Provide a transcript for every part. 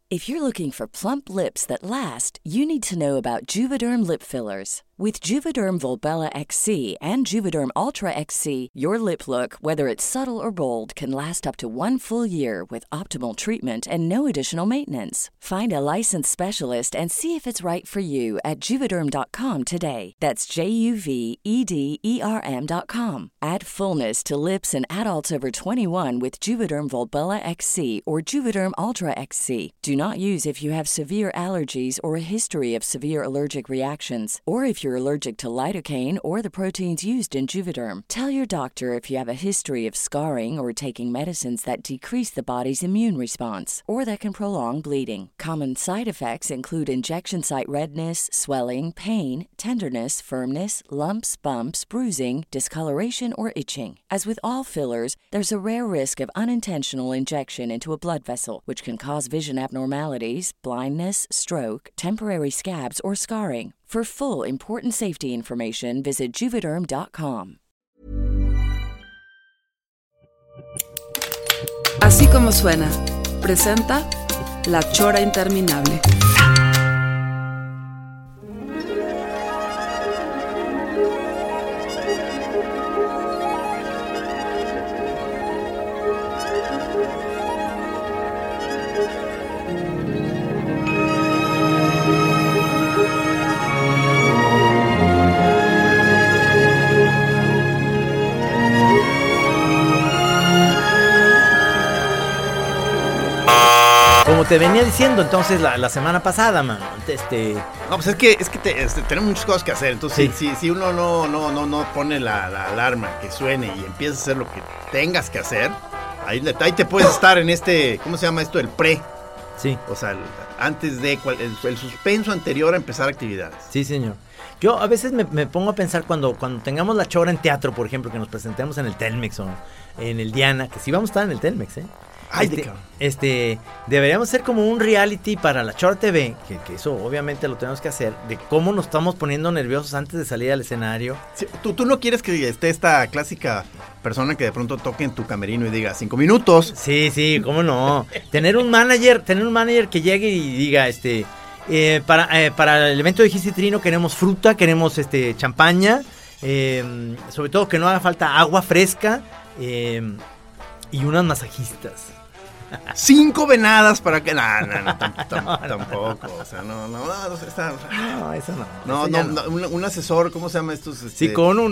If you're looking for plump lips that last, you need to know about Juvederm lip fillers. With Juvederm Volbella XC and Juvederm Ultra XC, your lip look, whether it's subtle or bold, can last up to 1 full year with optimal treatment and no additional maintenance. Find a licensed specialist and see if it's right for you at Juvederm.com today. That's JUVEDERM.com. Add fullness to lips in adults over 21 with Juvederm Volbella XC or Juvederm Ultra XC. Do not use if you have severe allergies or a history of severe allergic reactions, or if you're allergic to lidocaine or the proteins used in Juvederm. Tell your doctor if you have a history of scarring or taking medicines that decrease the body's immune response or that can prolong bleeding. Common side effects include injection site redness, swelling, pain, tenderness, firmness, lumps, bumps, bruising, discoloration, or itching. As with all fillers, there's a rare risk of unintentional injection into a blood vessel, which can cause vision abnormalities, blindness, stroke, temporary scabs, or scarring. For full, important safety information, visit Juvederm.com. Así como suena, presenta La Chora Interminable. Como te venía diciendo entonces la semana pasada, mano. No, pues es que tenemos muchas cosas que hacer. Entonces, Sí. si uno no pone la alarma que suene y empiezas a hacer lo que tengas que hacer, ahí te puedes estar en ¿cómo se llama esto? El pre. Sí. O sea, antes de el suspenso anterior a empezar actividades. Sí, señor. Yo a veces me pongo a pensar cuando tengamos la chora en teatro, por ejemplo, que nos presentemos en el Telmex o en el Diana, que sí vamos a estar en el Telmex, ¿eh? Ay, deberíamos hacer como un reality para la Chora TV, que eso obviamente lo tenemos que hacer, de cómo nos estamos poniendo nerviosos antes de salir al escenario. Sí, ¿tú no quieres que esté esta clásica persona que de pronto toque en tu camerino y diga 5 minutos? Sí, cómo no. tener un manager que llegue y diga, para el evento de Gisitrino queremos fruta, queremos champaña, sobre todo que no haga falta agua fresca y unas masajistas. 5 venadas para que... No, tampoco. O sea, no, eso no. No, un asesor, ¿cómo se llama estos? Sí, con un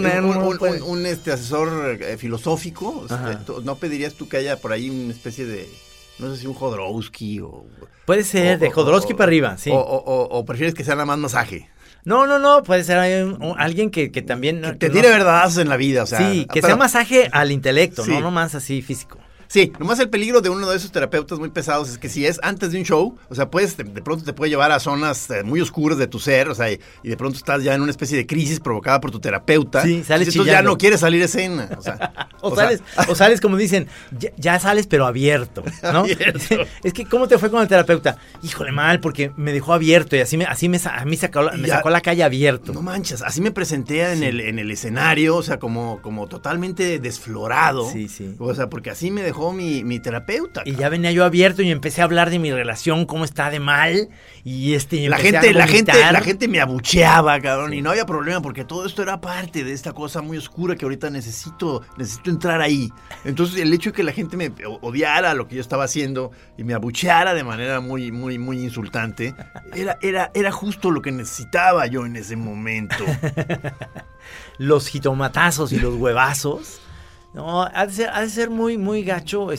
asesor filosófico. ¿No pedirías tú que haya por ahí una especie de, no sé si un Jodorowsky o... Puede ser, de Jodorowsky para arriba, sí. O prefieres que sea nada más masaje? No, puede ser alguien que también... Que te tire verdadazos en la vida, o sea... Sí, sea masaje al intelecto, sí. No más así físico. Sí, nomás el peligro de uno de esos terapeutas muy pesados es que si es antes de un show, o sea, de pronto te puede llevar a zonas muy oscuras de tu ser, o sea, y de pronto estás ya en una especie de crisis provocada por tu terapeuta. Sí, sales entonces ya no quieres salir a escena, o sea... o sales como dicen, ya sales pero abierto, ¿no? Es que, ¿cómo te fue con el terapeuta? Híjole, mal, porque me dejó abierto y me sacó la calle abierto. No manches, así me presenté en el escenario, o sea, como totalmente desflorado. Sí. O sea, porque así me dejó mi terapeuta. Y ya venía yo abierto y empecé a hablar de mi relación, cómo está de mal, y la gente me abucheaba, cabrón, y no había problema porque todo esto era parte de esta cosa muy oscura que ahorita necesito entrar ahí. Entonces, el hecho de que la gente me odiara lo que yo estaba haciendo y me abucheara de manera muy, muy, muy insultante, era justo lo que necesitaba yo en ese momento. Los jitomatazos y los huevazos. No, ha de ser muy, muy gacho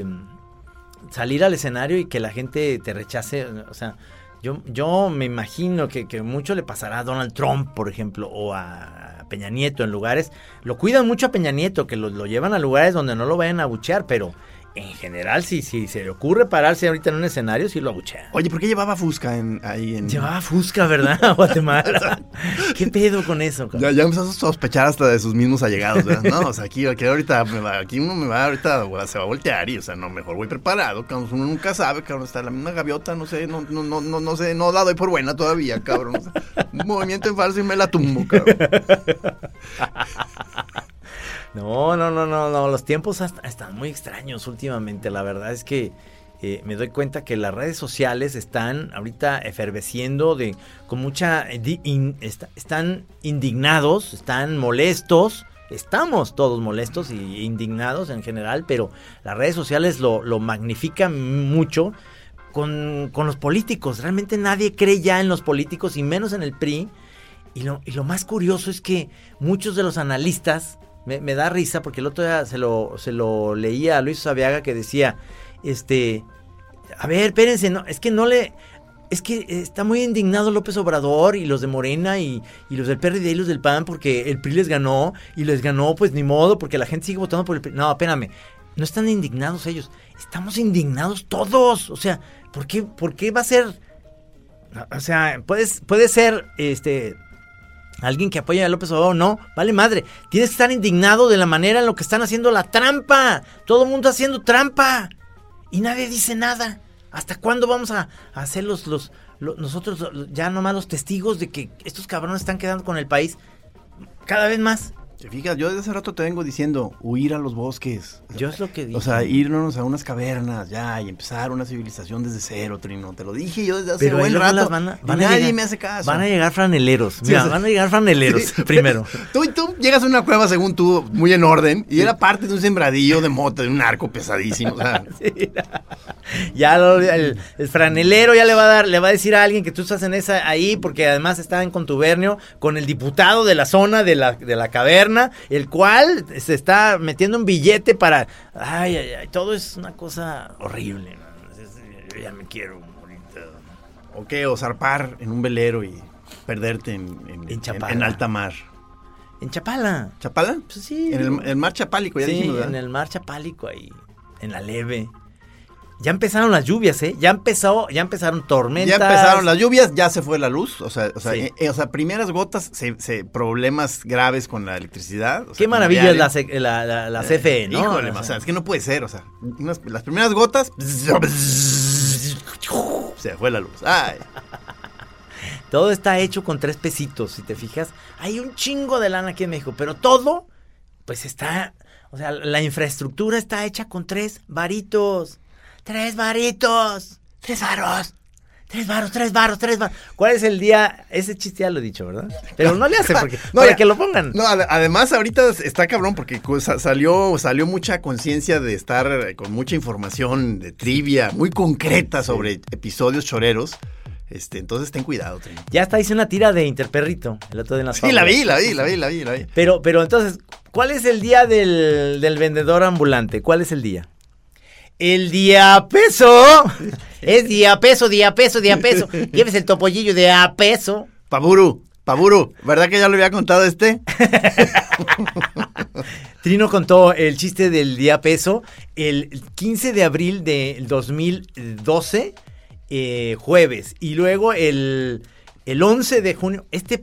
salir al escenario y que la gente te rechace. O sea, yo me imagino que mucho le pasará a Donald Trump, por ejemplo, o a Peña Nieto en lugares. Lo cuidan mucho a Peña Nieto, que lo llevan a lugares donde no lo vayan a abuchear, pero en general, si se le ocurre pararse ahorita en un escenario, sí lo abuchean. Oye, ¿por qué llevaba Fusca ahí en...? Llevaba Fusca, ¿verdad? Guatemala. ¿Qué pedo con eso, cabrón? Ya empezó a sospechar hasta de sus mismos allegados, ¿verdad? No, o sea, aquí ahorita se va a voltear y, o sea, no, mejor voy preparado, cabrón. Uno nunca sabe, cabrón, está la misma gaviota, no sé, no la doy por buena todavía, cabrón. O sea, un movimiento en falso y me la tumbo, cabrón. No, los tiempos están muy extraños últimamente, la verdad es que me doy cuenta que las redes sociales están ahorita efervesciendo con mucha... están indignados, están molestos. Estamos todos molestos y indignados en general, pero las redes sociales lo magnifican mucho con los políticos. Realmente nadie cree ya en los políticos y menos en el PRI. Y lo más curioso es que muchos de los analistas, me da risa porque el otro día se lo leía a Luis Sabiaga que decía, a ver, espérense, no, es que está muy indignado López Obrador y los de Morena y los del PRD y los del PAN porque el PRI les ganó y les ganó pues ni modo porque la gente sigue votando por el PRI. No, espérame, no están indignados ellos, estamos indignados todos. O sea, ¿por qué va a ser? O sea, puede ser alguien que apoya a López Obrador, no, vale madre. Tienes que estar indignado de la manera en lo que están haciendo la trampa. Todo el mundo haciendo trampa y nadie dice nada. ¿Hasta cuándo vamos a hacer nosotros ya nomás los testigos de que estos cabrones están quedando con el país cada vez más? Te fijas, yo desde hace rato te vengo diciendo, huir a los bosques. Yo es lo que dije. O sea, irnos a unas cavernas ya y empezar una civilización desde cero, Trino. Te lo dije yo desde hace buen rato. Nadie me hace caso. Van a llegar franeleros. Mira, van a llegar franeleros primero. Tú llegas a una cueva, según tú, muy en orden, y era parte de un sembradillo de mota, de un arco pesadísimo. O sea. Sí. Ya el franelero ya le va a decir a alguien que tú estás en esa ahí, porque además está en contubernio con el diputado de la zona de la caverna, el cual se está metiendo un billete para... Ay, todo es una cosa horrible, ¿no? Yo ya me quiero morir. ¿O qué? O zarpar en un velero y perderte en alta mar. En Chapala. ¿Chapala? Pues sí. En el mar Chapálico, ya dijimos, ¿verdad? En el mar Chapálico ahí, en la leve. Ya empezaron las lluvias, ya empezaron tormentas. Ya empezaron las lluvias, ya se fue la luz, o sea, sí. Primeras gotas, problemas graves con la electricidad. Qué maravilla es la CFE, ¿no? Híjole, o sea, es que no puede ser, o sea, las primeras gotas, se fue la luz. Ay. Todo está hecho con 3 pesitos, si te fijas. Hay un chingo de lana aquí en México, pero todo, pues está, o sea, la infraestructura está hecha con 3 varitos. 3 varitos, 3 varos, 3 varos, 3 varos, 3 varos. ¿Cuál es el día? Ese chiste ya lo he dicho, ¿verdad? Pero no le hace para que lo pongan. No, además ahorita está cabrón porque salió mucha conciencia de estar con mucha información de trivia muy concreta sobre episodios choreros. Entonces ten cuidado, Trino. Ya hasta hice una tira de Interperrito el otro día en las Sí, la vi. Pero entonces, ¿cuál es el día del vendedor ambulante? ¿Cuál es el día? El día peso. Es día peso. Lleves el topollillo de a peso. Paburu, ¿verdad que ya lo había contado Trino contó el chiste del día peso el 15 de abril del 2012, jueves. Y luego el 11 de junio, este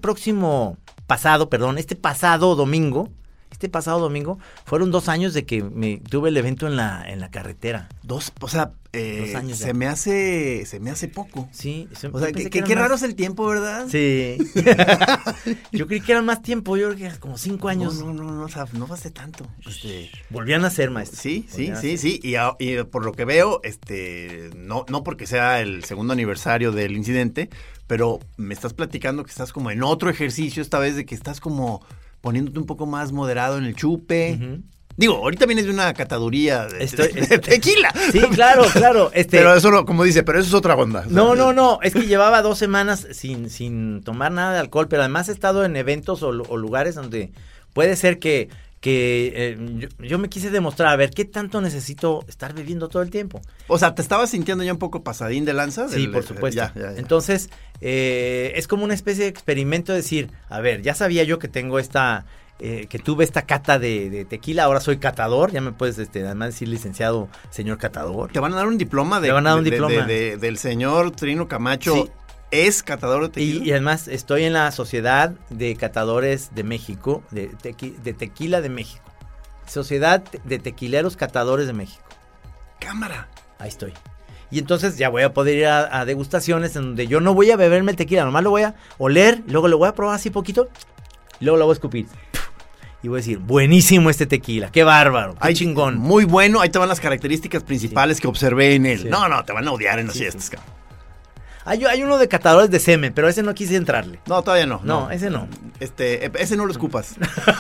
pasado domingo, fueron 2 años de que tuve el evento en la carretera. 2 años. Se me hace poco. Sí. O sea, qué raro es el tiempo, ¿verdad? Sí. Yo creí que era más tiempo, yo creo que como 5 años. No, o sea, no hace tanto. Volvían a ser, maestro. Sí. Y por lo que veo, no porque sea el segundo aniversario del incidente, pero me estás platicando que estás como en otro ejercicio esta vez de que estás como poniéndote un poco más moderado en el chupe. Uh-huh. Digo, ahorita vienes de una cataduría de tequila. Sí, claro. Pero eso no, como dice, pero eso es otra onda. No, es que llevaba 2 semanas sin tomar nada de alcohol, pero además he estado en eventos o lugares donde puede ser que yo me quise demostrar, a ver, ¿qué tanto necesito estar bebiendo todo el tiempo? O sea, ¿te estabas sintiendo ya un poco pasadín de lanza? Sí, por supuesto. Ya. Entonces, es como una especie de experimento de decir, a ver, ya sabía yo que tengo que tuve esta cata de tequila, ahora soy catador, ya me puedes además decir licenciado señor catador. Te van a dar un diploma del señor Trino Camacho. Sí. ¿Es catador de tequila? Y además estoy en la Sociedad de Catadores de México, de Tequila de México. Sociedad de Tequileros Catadores de México. Cámara. Ahí estoy. Y entonces ya voy a poder ir a degustaciones en donde yo no voy a beberme el tequila, nomás lo voy a oler, luego lo voy a probar así poquito, y luego lo voy a escupir. y voy a decir, buenísimo este tequila, qué bárbaro, qué Ay, chingón. Muy bueno, ahí te van las características principales que observé en él. Sí. No, te van a odiar en las fiestas, cabrón. Hay uno de catadores de semen, pero ese no quise entrarle. No, todavía no. No, ese no. Ese no lo escupas.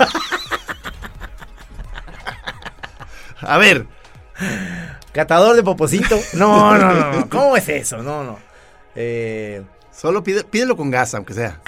A ver. Catador de poposito. No. ¿Cómo es eso? No. Solo pídelo con gas, aunque sea.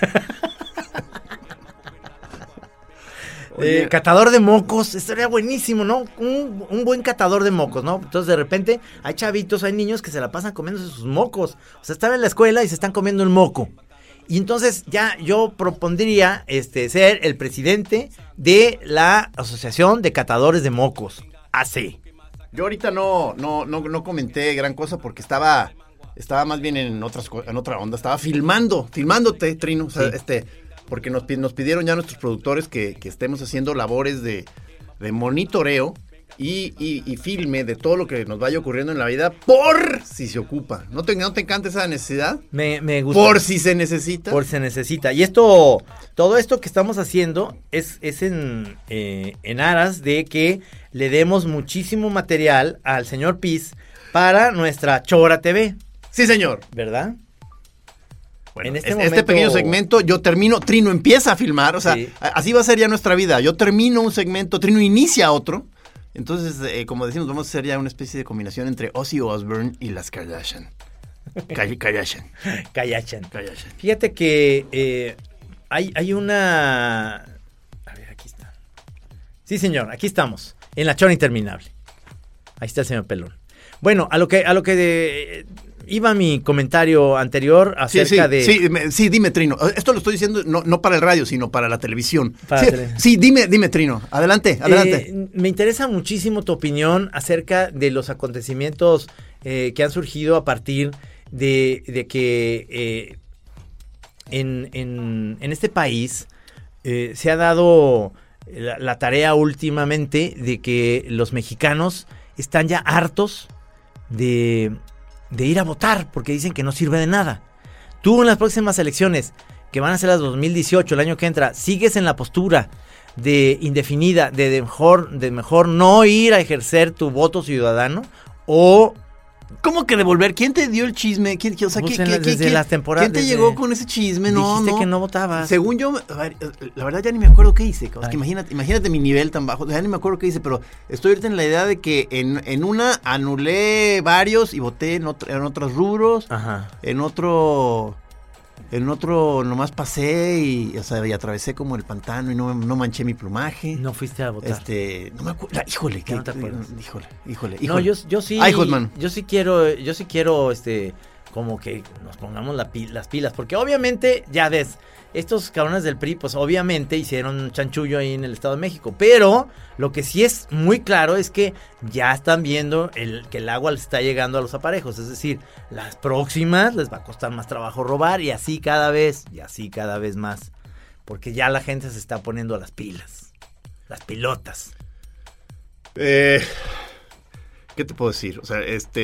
Oye. Catador de mocos, estaría buenísimo, ¿no? Un buen catador de mocos, ¿no? Entonces de repente hay chavitos, hay niños que se la pasan comiéndose sus mocos. O sea, están en la escuela y se están comiendo el moco. Y entonces ya yo propondría ser el presidente de la Asociación de Catadores de Mocos, AC. Yo ahorita no comenté gran cosa porque estaba más bien en otra onda. Estaba filmándote, Trino. O sea, Sí. Porque nos pidieron ya nuestros productores que estemos haciendo labores de monitoreo y filme de todo lo que nos vaya ocurriendo en la vida por si se ocupa. ¿No te encanta esa necesidad? Me gusta. Por si se necesita. Por si se necesita. Y todo esto que estamos haciendo es en aras de que le demos muchísimo material al señor Piz para nuestra Chora TV. Sí, señor. ¿Verdad? Bueno, En este momento... pequeño segmento yo termino, Trino empieza a filmar, o sea, Sí. así va a ser ya nuestra vida. Yo termino un segmento, Trino inicia otro. Entonces, como decimos, vamos a hacer ya una especie de combinación entre Ozzy Osbourne y las Kardashian. Kardashian. Fíjate que hay una... A ver, aquí está. Sí, señor, aquí estamos, en la Chora Interminable. Ahí está el señor Pelón. Bueno, a lo que iba mi comentario anterior acerca de... Sí, dime, Trino. Esto lo estoy diciendo no para el radio, sino para la televisión. Para sí, dime, Trino. Adelante. Me interesa muchísimo tu opinión acerca de los acontecimientos que han surgido a partir de que en este país se ha dado la tarea últimamente de que los mexicanos están ya hartos de ir a votar porque dicen que no sirve de nada. Tú en las próximas elecciones, que van a ser las 2018, el año que entra, sigues en la postura de indefinida, de mejor no ir a ejercer tu voto ciudadano, o... ¿Cómo que devolver? ¿Quién te dio el chisme? Desde las temporadas... ¿Quién te llegó con ese chisme? Dijiste que no votabas. Según yo, a ver, la verdad ya ni me acuerdo qué hice. Es que Ay. imagínate mi nivel tan bajo. Ya ni me acuerdo qué hice, pero estoy ahorita en la idea de que en una anulé varios y voté en otros rubros. Ajá. En otro nomás pasé y atravesé como el pantano y no manché mi plumaje. No fuiste a votar. No me acuerdo. Híjole, Ya no te acuerdas. Híjole. No, yo sí. Ay, Josman. Yo sí quiero, como que nos pongamos las pilas, porque obviamente, ya ves, estos cabrones del PRI, pues obviamente hicieron un chanchullo ahí en el Estado de México, pero lo que sí es muy claro es que ya están viendo que el agua les está llegando a los aparejos, es decir, las próximas les va a costar más trabajo robar y así cada vez más, porque ya la gente se está poniendo las pilas, las pilotas. ¿Qué te puedo decir? O sea,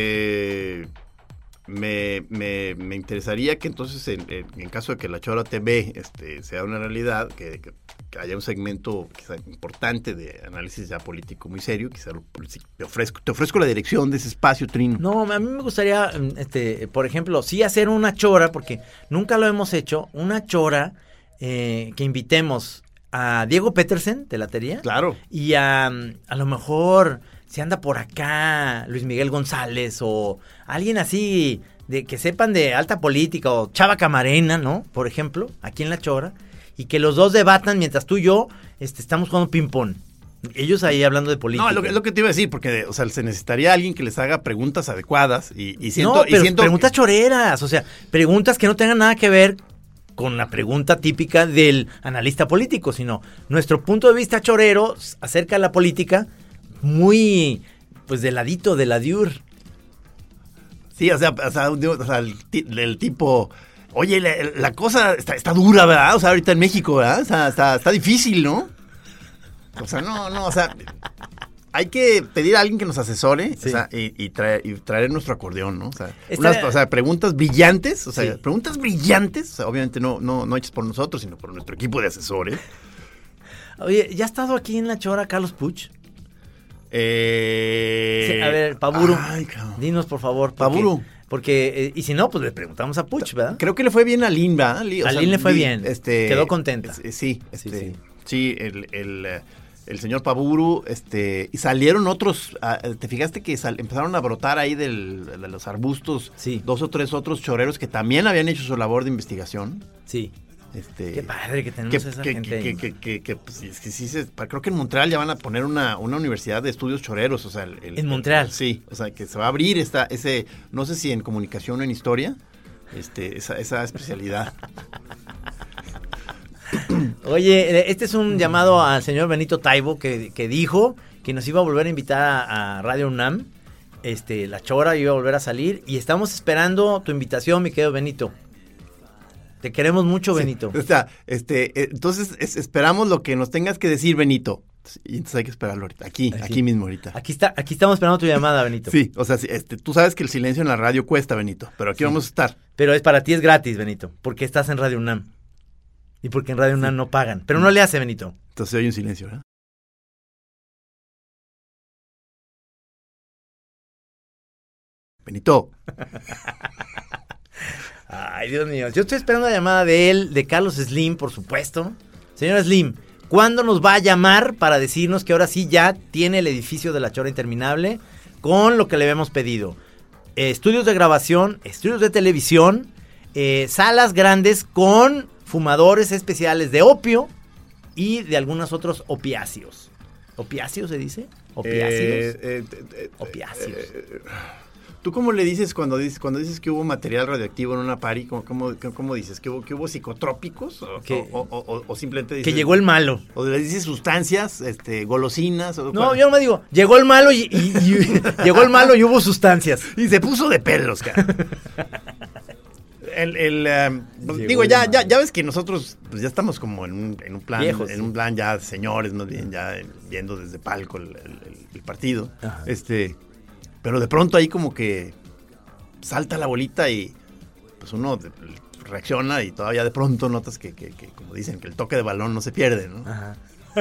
me interesaría que entonces, en caso de que la Chora TV sea una realidad, que haya un segmento quizá importante de análisis ya político muy serio, quizá te ofrezco la dirección de ese espacio, Trino. No, a mí me gustaría, por ejemplo, sí hacer una chora, porque nunca lo hemos hecho, una chora que invitemos a Diego Petersen, ¿te latería? Claro. Y a lo mejor, si anda por acá Luis Miguel González o alguien así de que sepan de alta política, o Chava Camarena, ¿no? Por ejemplo, aquí en La Chora, y que los dos debatan mientras tú y yo estamos jugando ping-pong. Ellos ahí hablando de política. No, lo que te iba a decir, porque, o sea, se necesitaría alguien que les haga preguntas adecuadas y siento... preguntas choreras, o sea, preguntas que no tengan nada que ver con la pregunta típica del analista político, sino nuestro punto de vista chorero acerca de la política, muy, pues, de ladito, de la diur. Sí, o sea el tipo... Oye, la cosa está dura, ¿verdad? O sea, ahorita en México, ¿verdad? O sea, está difícil, ¿no? O sea, no, o sea... Hay que pedir a alguien que nos asesore, sí, o sea, y traer nuestro acordeón, ¿no? O sea, Esta... preguntas brillantes, o sea, sí, preguntas brillantes, o sea, obviamente no hechas por nosotros, sino por nuestro equipo de asesores. Oye, ¿ya ha estado aquí en La Chora Carlos Puch? Sí, a ver, Paburu, dinos por favor. Paburu. Porque, y si no, pues le preguntamos a Puch, ¿verdad? Creo que le fue bien a Lin, ¿verdad? A Lin le fue bien, quedó contenta. Sí, el señor Paburu, y salieron otros, ¿te fijaste que empezaron a brotar ahí de los arbustos? Sí. 2 o 3 otros choreros que también habían hecho su labor de investigación. Sí. Qué padre que tenemos esa gente ahí. Pues, es que sí, creo que en Montreal ya van a poner una universidad de estudios choreros, o sea, ¿en Montreal? Sí, o sea, que se va a abrir ese, no sé si en comunicación o en historia, esa especialidad. Oye, este es un llamado al señor Benito Taibo que dijo que nos iba a volver a invitar a Radio UNAM. La Chora iba a volver a salir y estamos esperando tu invitación, mi querido Benito. Te queremos mucho, Benito. O sea, entonces esperamos lo que nos tengas que decir, Benito. Y entonces hay que esperarlo ahorita, aquí mismo ahorita. Aquí estamos esperando tu llamada, Benito. Sí, o sea, tú sabes que el silencio en la radio cuesta, Benito, pero aquí vamos a estar. Pero para ti es gratis, Benito, porque estás en Radio UNAM. Y porque en Radio UNAM no pagan. Pero no le hace, Benito. Entonces oye un silencio, ¿verdad? Benito. Ay, Dios mío. Yo estoy esperando la llamada de él, de Carlos Slim, por supuesto. Señor Slim, ¿cuándo nos va a llamar para decirnos que ahora sí ya tiene el edificio de La Chora Interminable con lo que le habíamos pedido? Estudios de grabación, estudios de televisión, salas grandes con fumadores especiales de opio y de algunos otros opiáceos. ¿Opiáceos se dice? ¿Opiáceos? Opiáceos. ¿Tú cómo le dices cuando dices que hubo material radioactivo en una party? ¿Cómo dices? ¿Que hubo psicotrópicos? ¿O simplemente dices... Que llegó el malo. ¿O le dices sustancias, golosinas? No, yo no me digo, llegó el malo y llegó el malo y hubo sustancias. Y se puso de pelos, cara. Digo, ya ves que nosotros pues ya estamos como en un plan viejos, en un plan ya señores, más bien ya viendo desde palco el partido. Ajá. Pero de pronto ahí como que salta la bolita y pues uno reacciona y todavía de pronto notas que como dicen, que el toque de balón no se pierde, ¿no? Ajá.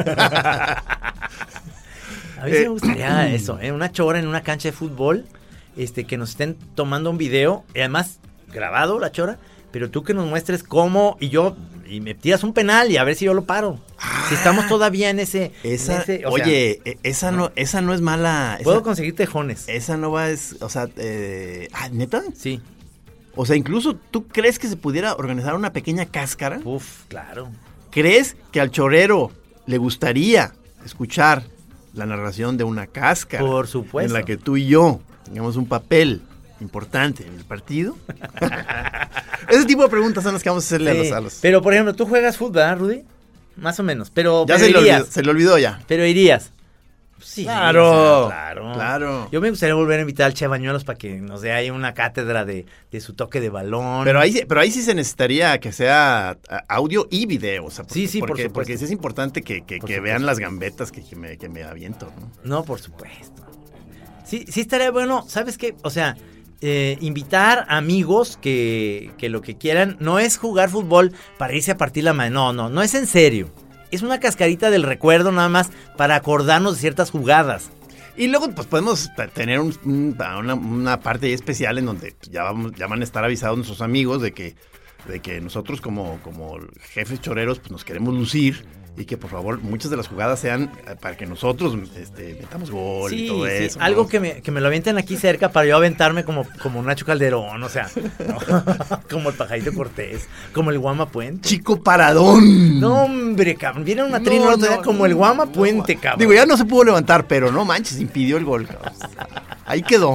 A mí sí me gustaría eso, una chora en una cancha de fútbol, que nos estén tomando un video, y además grabado la chora, pero tú que nos muestres cómo, y me tiras un penal y a ver si yo lo paro. Si estamos todavía en ese... Esa no es mala. Puedo conseguir tejones. Esa no va, o sea, ¿neta? Sí. O sea, incluso, ¿tú crees que se pudiera organizar una pequeña cáscara? Uf, claro. ¿Crees que al chorero le gustaría escuchar la narración de una cáscara? Por supuesto. En la que tú y yo tengamos un papel importante en el partido. Ese tipo de preguntas son las que vamos a hacerle a los... Pero, por ejemplo, ¿tú juegas fútbol, ¿verdad, Rudy? Más o menos, pero se le olvidó ya. Pero irías. Sí, claro, o sea, claro. Yo me gustaría volver a invitar al Che Bañuelos para que nos dé ahí una cátedra de su toque de balón. Pero ahí sí se necesitaría que sea audio y video. O sea, por supuesto. Porque sí es importante que vean las gambetas que me aviento, ¿no? No, por supuesto. Sí estaría bueno, ¿sabes qué? O sea, invitar amigos que lo que quieran no es jugar fútbol para irse a partir la madre. No es en serio. Es una cascarita del recuerdo nada más para acordarnos de ciertas jugadas. Y luego pues podemos tener una parte especial en donde ya van a estar avisados nuestros amigos de que nosotros como jefes choreros pues nos queremos lucir. Y que por favor muchas de las jugadas sean para que nosotros metamos gol y todo eso. Sí, algo que me lo avienten aquí cerca para yo aventarme como Nacho Calderón, o sea, ¿no? Como el Pajarito Cortés, como el Guama Puente. Chico Paradón. No, hombre, cabrón, viene una trina el otro día como el Guama Puente, cabrón. Digo, ya no se pudo levantar, pero no manches, impidió el gol, cabrón. Ahí quedó.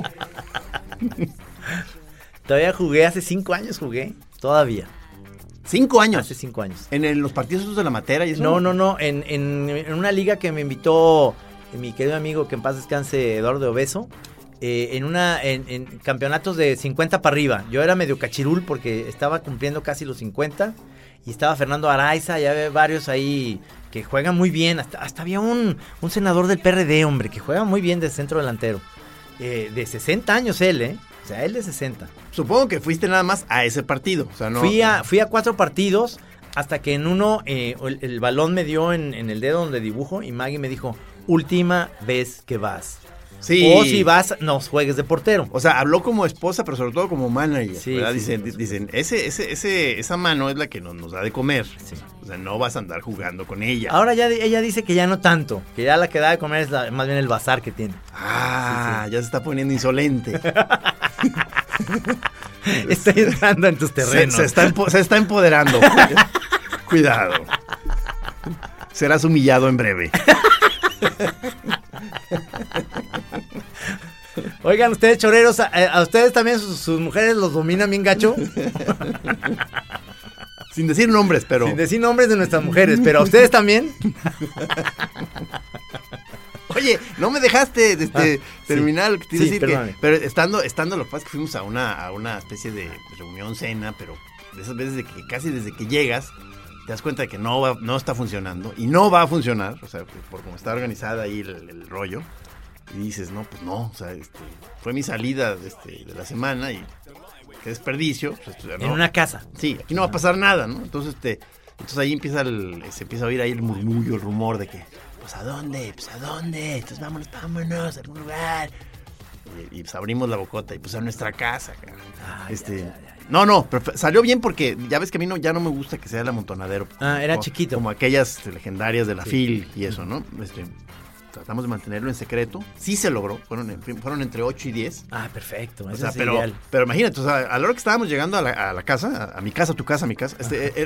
Todavía jugué, hace 5 años todavía. 5 años. Hace 5 años. ¿En los partidos de la Matera y eso? No. En una liga que me invitó mi querido amigo, que en paz descanse, Eduardo Obeso, en campeonatos de 50 para arriba. Yo era medio cachirul porque estaba cumpliendo casi los 50 y estaba Fernando Araiza, ya ve varios ahí que juegan muy bien. Hasta había un senador del PRD, hombre, que juega muy bien de centro delantero. De 60 años él, O sea, él de 60. Supongo que fuiste nada más a ese partido. O sea, no. Fui a 4 partidos. hasta que en uno el balón me dio en el dedo donde dibujo y Maggie me dijo, última vez que vas. Sí. O si vas, no juegues de portero. O sea, habló como esposa, pero sobre todo como manager. Sí, ¿verdad? sí, Dicen, esa mano es la que nos da de comer. Sí. O sea, no vas a andar jugando con ella. Ahora ya ella dice que ya no tanto, que ya la que da de comer es más bien el bazar que tiene. Ah, ya se está poniendo insolente. Estoy entrando en tus terrenos. Se está empoderando. Cuidado. Serás humillado en breve. Oigan, ustedes choreros, ¿a ustedes también sus mujeres los dominan bien gacho? Sin decir nombres, pero... Sin decir nombres de nuestras mujeres, pero ¿a ustedes también? Oye, no me dejaste terminar lo que te iba a decir. Pero estando lo que pasa es que fuimos a una especie de reunión, cena, pero de esas veces de que casi desde que llegas te das cuenta de que no está funcionando y no va a funcionar, o sea, por cómo está organizada ahí el rollo. Y dices, no, pues no, o sea, fue mi salida de la semana y qué desperdicio. Pues, en una casa. Sí, aquí no va a pasar nada, ¿no? Entonces ahí se empieza a oír ahí el murmullo, el rumor de que, pues ¿a dónde? Entonces vámonos a algún lugar. Y pues abrimos la bocota y pues a nuestra casa, cara. No, pero salió bien porque ya ves que a mí ya no me gusta que sea el amontonadero. Era chiquito. Como aquellas legendarias de la FIL y eso, ¿no? Tratamos de mantenerlo en secreto. Sí se logró. Fueron entre 8 y 10. Ah, perfecto. O sea, pero imagínate, o sea, a la hora que estábamos llegando a la casa, a mi casa, tu casa, mi casa,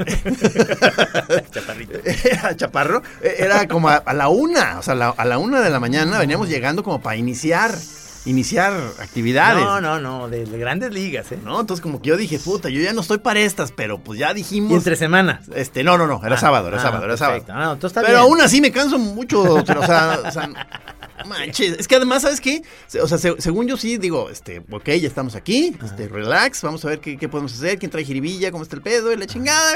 Chaparrito. Chaparro, era como a la 1, o sea, a la 1 de la mañana veníamos llegando como para iniciar actividades. No, de grandes ligas, ¿eh? No, entonces como que yo dije, puta, yo ya no estoy para estas, pero pues ya dijimos... ¿Y entre semanas? No, era sábado. No, entonces está pero bien. aún así me canso mucho, o sea, manches, es que además, ¿sabes qué? O sea, según yo sí digo, ok, ya estamos aquí, relax, vamos a ver qué podemos hacer, quién trae jiribilla, cómo está el pedo, y la chingada,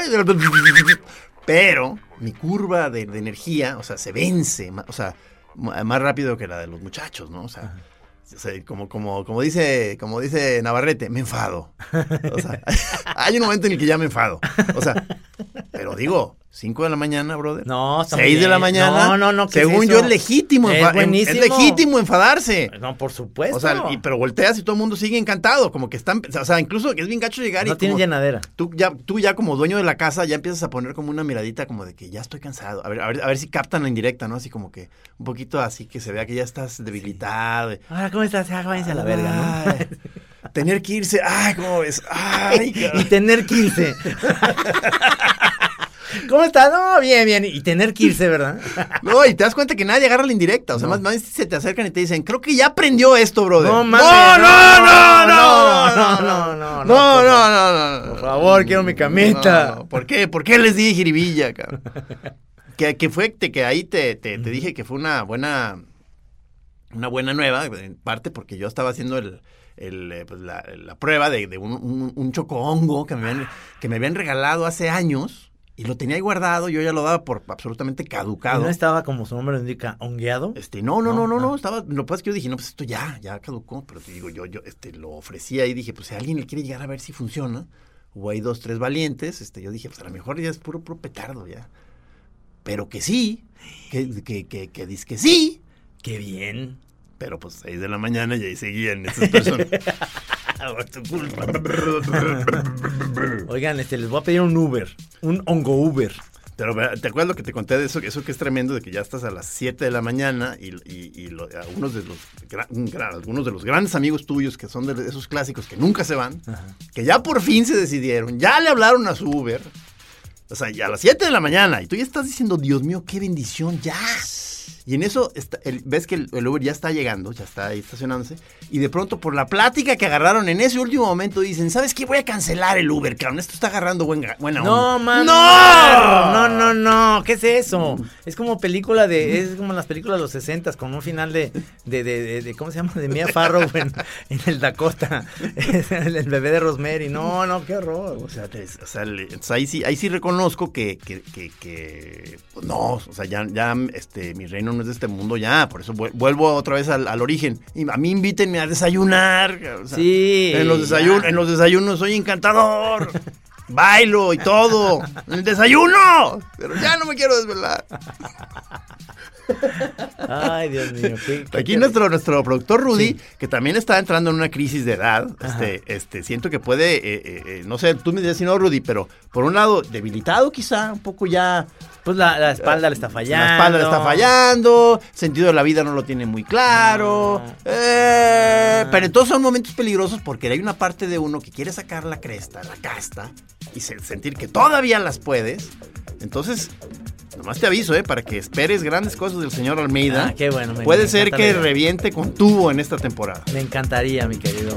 pero mi curva de energía, o sea, se vence, o sea, más rápido que la de los muchachos, ¿no? O sea, como dice Navarrete, me enfado. O sea, hay un momento en el que ya me enfado. O sea, pero digo, 5 de la mañana, brother. No, 6 de la mañana. No. Según yo es legítimo. Es buenísimo. Es legítimo enfadarse. No, por supuesto. O sea, pero volteas y todo el mundo sigue encantado. Como que están, o sea, incluso que es bien gacho llegar no y tienen llenadera. Tú ya como dueño de la casa ya empiezas a poner como una miradita como de que ya estoy cansado. A ver si captan la indirecta, ¿no? Así como que un poquito así que se vea que ya estás debilitado. Sí. Ahora, ¿cómo estás? Váyanse a la verga, ¿no? Tener que irse. Ay, ¿cómo ves? Ay, y tener que irse. ¿Cómo estás? No, bien. Y tener que irse, ¿verdad? No, y te das cuenta que nadie agarra la indirecta. O sea, más se te acercan y te dicen, creo que ya aprendió esto, brother. No, mames. No. Por favor, quiero mi camita. No. ¿Por qué les di jiribilla, cabrón? que fue que ahí te dije que fue una buena nueva, en parte porque yo estaba haciendo la prueba de un chocohongo que me habían regalado hace años. Y lo tenía ahí guardado, yo ya lo daba por absolutamente caducado. ¿No estaba, como su nombre lo indica, hongueado? No, estaba, lo que pasa es que yo dije, no, pues esto ya caducó, pero te digo, yo lo ofrecía y dije, pues si alguien le quiere llegar a ver si funciona, hubo ahí 2, 3 valientes, yo dije, pues a lo mejor ya es puro petardo ya. Pero que sí, que dice que sí. ¡Qué bien! Pero pues 6 de la mañana y ahí seguían esas personas. Oigan, les voy a pedir un Uber, un hongo Uber. Pero ¿te acuerdas lo que te conté de eso que es tremendo, de que ya estás a las 7 de la mañana y algunos de los grandes amigos tuyos que son de esos clásicos que nunca se van, que ya por fin se decidieron, ya le hablaron a su Uber, o sea, ya a las 7 de la mañana, y tú ya estás diciendo, Dios mío, qué bendición, ya. Y en eso ves que el Uber ya está llegando, ya está ahí estacionándose, y de pronto por la plática que agarraron en ese último momento dicen, ¿sabes qué? Voy a cancelar el Uber, cabrón, esto está agarrando buena onda. No, man. No, ¿qué es eso? Es como es como las películas de los 60s con un final de ¿cómo se llama? De Mia Farrow en el Dakota, el bebé de Rosemary. No, qué horror. O sea, ahí sí reconozco que no, o sea, ya mi reino no es de este mundo ya, por eso vuelvo otra vez al origen. Y a mí invítenme a desayunar. O sea, sí. En los desayunos soy encantador. bailo y todo, en el desayuno, pero ya no me quiero desvelar. Ay, Dios mío. Aquí nuestro productor Rudy, que también está entrando en una crisis de edad, siento que puede, no sé, tú me dices si no, Rudy, pero por un lado, debilitado quizá, un poco ya... Pues la espalda le está fallando. La espalda le está fallando, sentido de la vida no lo tiene muy claro. Pero entonces son momentos peligrosos porque hay una parte de uno que quiere sacar la cresta, la casta, y sentir que todavía las puedes. Entonces, nomás te aviso, para que esperes grandes cosas del señor Almeida. Qué bueno. Puede ser que reviente con tubo en esta temporada. Me encantaría, mi querido.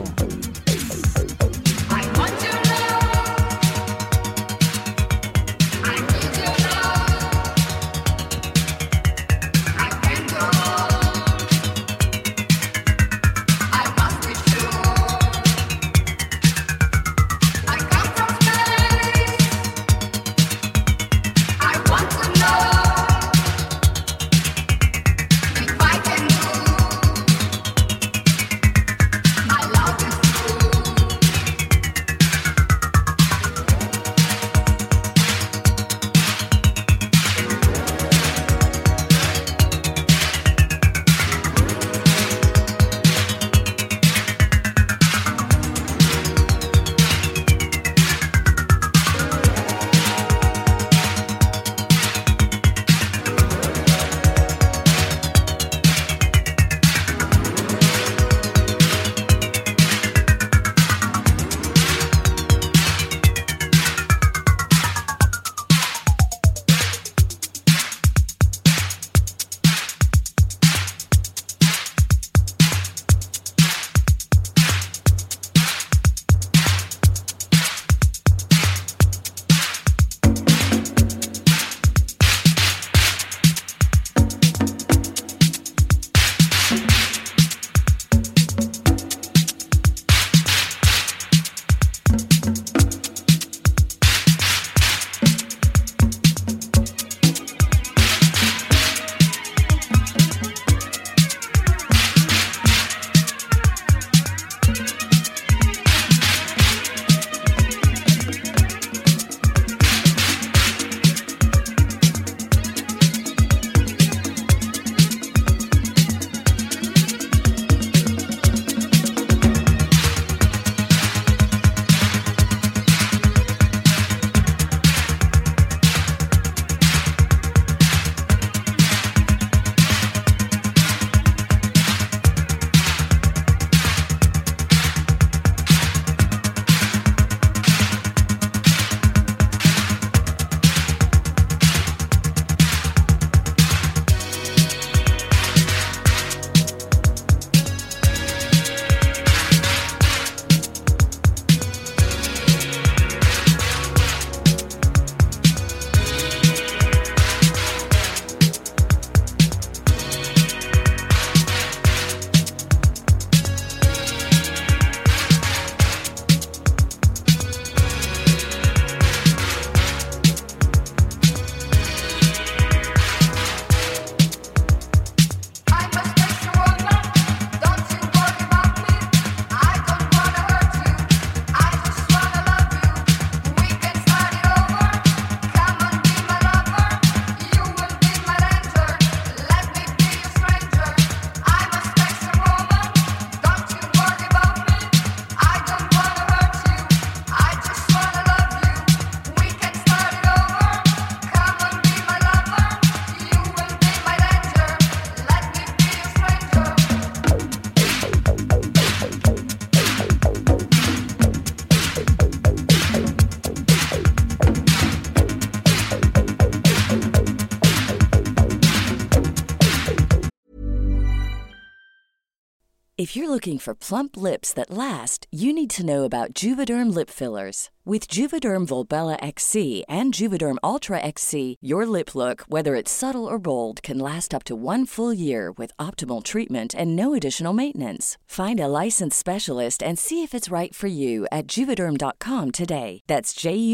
If you're looking for plump lips that last, you need to know about Juvederm lip fillers. With Juvederm Volbella XC and Juvederm Ultra XC, your lip look, whether it's subtle or bold, can last up to 1 full year with optimal treatment and no additional maintenance. Find a licensed specialist and see if it's right for you at Juvederm.com today. That's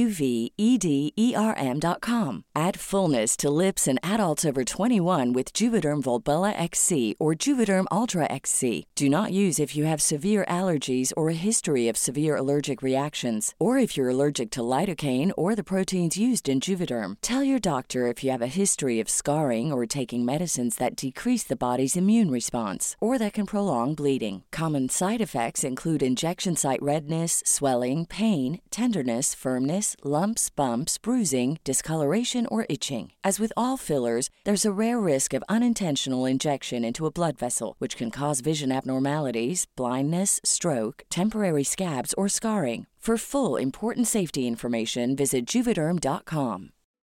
JUVEDERM.com. Add fullness to lips in adults over 21 with Juvederm Volbella XC or Juvederm Ultra XC. Do not use if you have severe allergies or a history of severe allergic reactions, or if you're you're allergic to lidocaine or the proteins used in Juvederm. Tell your doctor if you have a history of scarring or taking medicines that decrease the body's immune response or that can prolong bleeding. Common side effects include injection site redness, swelling, pain, tenderness, firmness, lumps, bumps, bruising, discoloration, or itching. As with all fillers, there's a rare risk of unintentional injection into a blood vessel, which can cause vision abnormalities, blindness, stroke, temporary scabs, or scarring. For full, important safety information, visit Juvederm.com.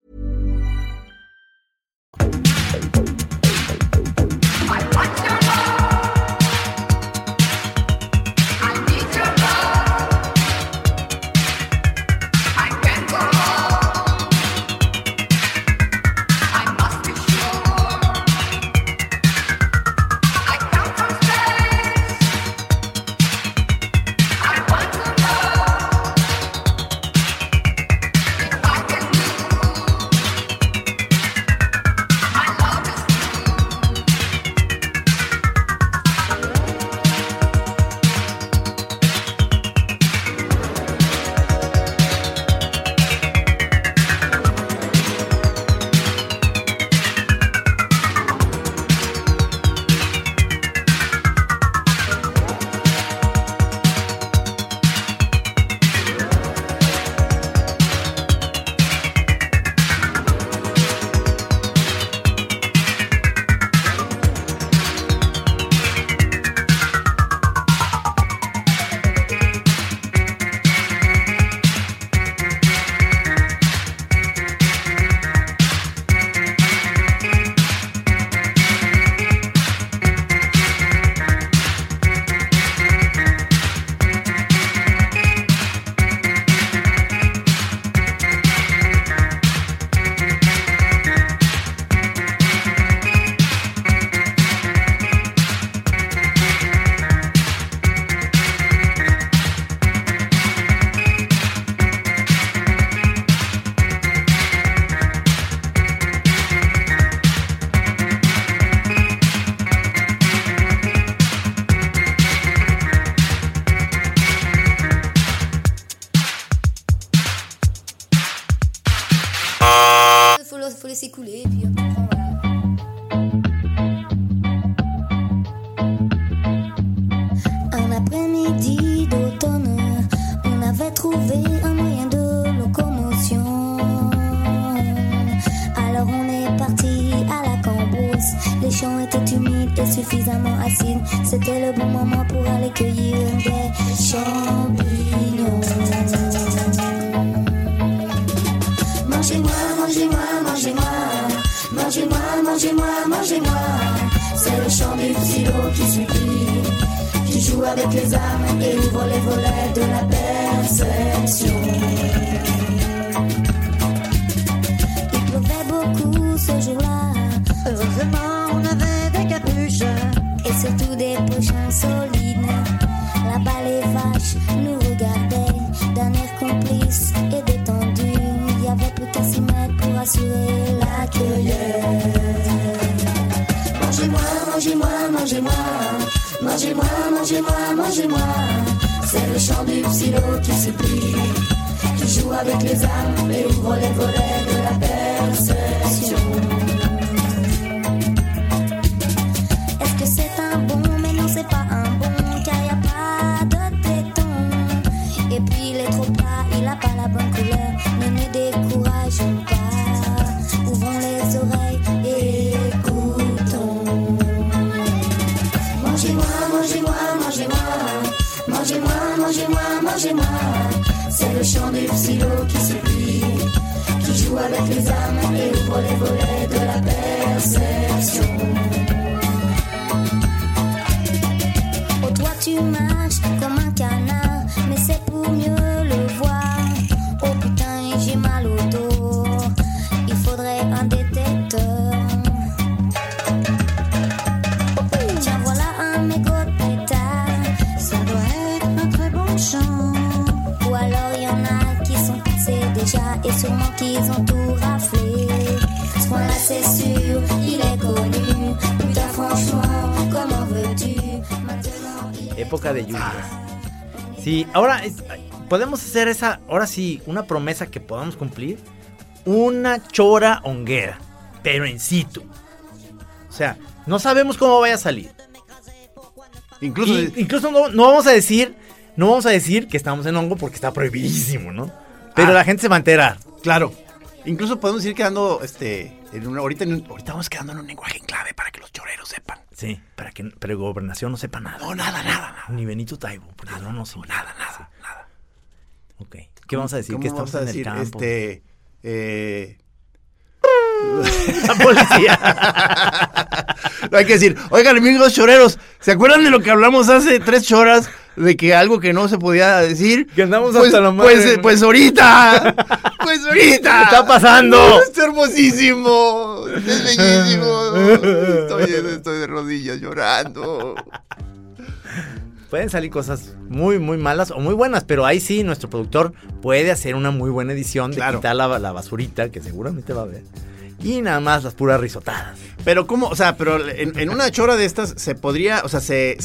Faut laisser couler et puis voilà. Un après-midi d'automne, on avait trouvé un moyen de locomotion. Alors on est parti à la cambrousse. Les champs étaient humides et suffisamment acides. C'était le bon moment pour aller cueillir des champignons. Mangez-moi, mangez-moi, mangez-moi, mangez-moi, mangez-moi, mangez-moi. C'est le chant du psylo qui supplie, qui joue avec les âmes et ouvre les volets de la perception. Il pleuvait beaucoup ce jour-là. Heureusement, on avait des capuches et surtout des pochons solides. Là-bas, les vaches nous regardaient d'un air complice et détendu. Il y avait plus qu'à s'y mettre pour assurer la cueillette. Mangez-moi, mangez-moi, mangez-moi, mangez-moi, mangez-moi, mangez-moi. C'est le chant du psylo qui supplie, qui joue avec les âmes et ouvre les volets de la perception. Est-ce que c'est un bon? Mais non, c'est pas un bon, car y a pas de téton. Et puis il est trop plat, il a pas la bonne couleur. Ne nous décourageons pas, ouvrons les oreilles et écoutons. Mangez-moi, mangez-moi, mangez-moi, mangez-moi, mangez-moi, mangez-moi. C'est le chant du psylo qui supplie, qui joue avec les âmes et ouvre les volets de la perception. Oh toi tu marches comme un canard, mais c'est pour mieux le voir. Oh putain j'ai mal au dos, il faudrait un détecteur. Tiens voilà un mégot de pétard, ça doit être un très bon chant. Ou alors y en a qui sont passés déjà et sûrement qu'ils ont tout raflé. Ce coin là c'est sûr, il est connu. Putain franchement, comment veux-tu maintenant? Época de lluvias. Sí, ahora podemos hacer esa, ahora sí, una promesa que podamos cumplir. Una chora honguera, pero en situ. O sea, no sabemos cómo vaya a salir. Incluso no vamos a decir que estamos en hongo porque está prohibidísimo, ¿no? Pero la gente se va a enterar. Claro. Incluso podemos ir quedando, ahorita vamos quedando en un lenguaje en clave para que los choreros sepan. Sí, pero Gobernación no sepa nada. No, nada. Ni Benito Taibo, porque nada, no sé. Nada. Ok. ¿Qué vamos a decir? Que estamos en el campo. La policía. No hay que decir, oigan, amigos choreros, ¿se acuerdan de lo que hablamos hace 3 horas? De que algo que no se podía decir. Que andamos hasta la madre. Pues ahorita. ¿Qué está pasando? Es hermosísimo. Es bellísimo. Estoy de rodillas llorando. Pueden salir cosas muy, muy malas o muy buenas, pero ahí sí nuestro productor puede hacer una muy buena edición de quitar la basurita, que seguramente va a haber. Y nada más las puras risotadas. Pero ¿cómo? O sea, pero en una chora de estas se podría, o sea,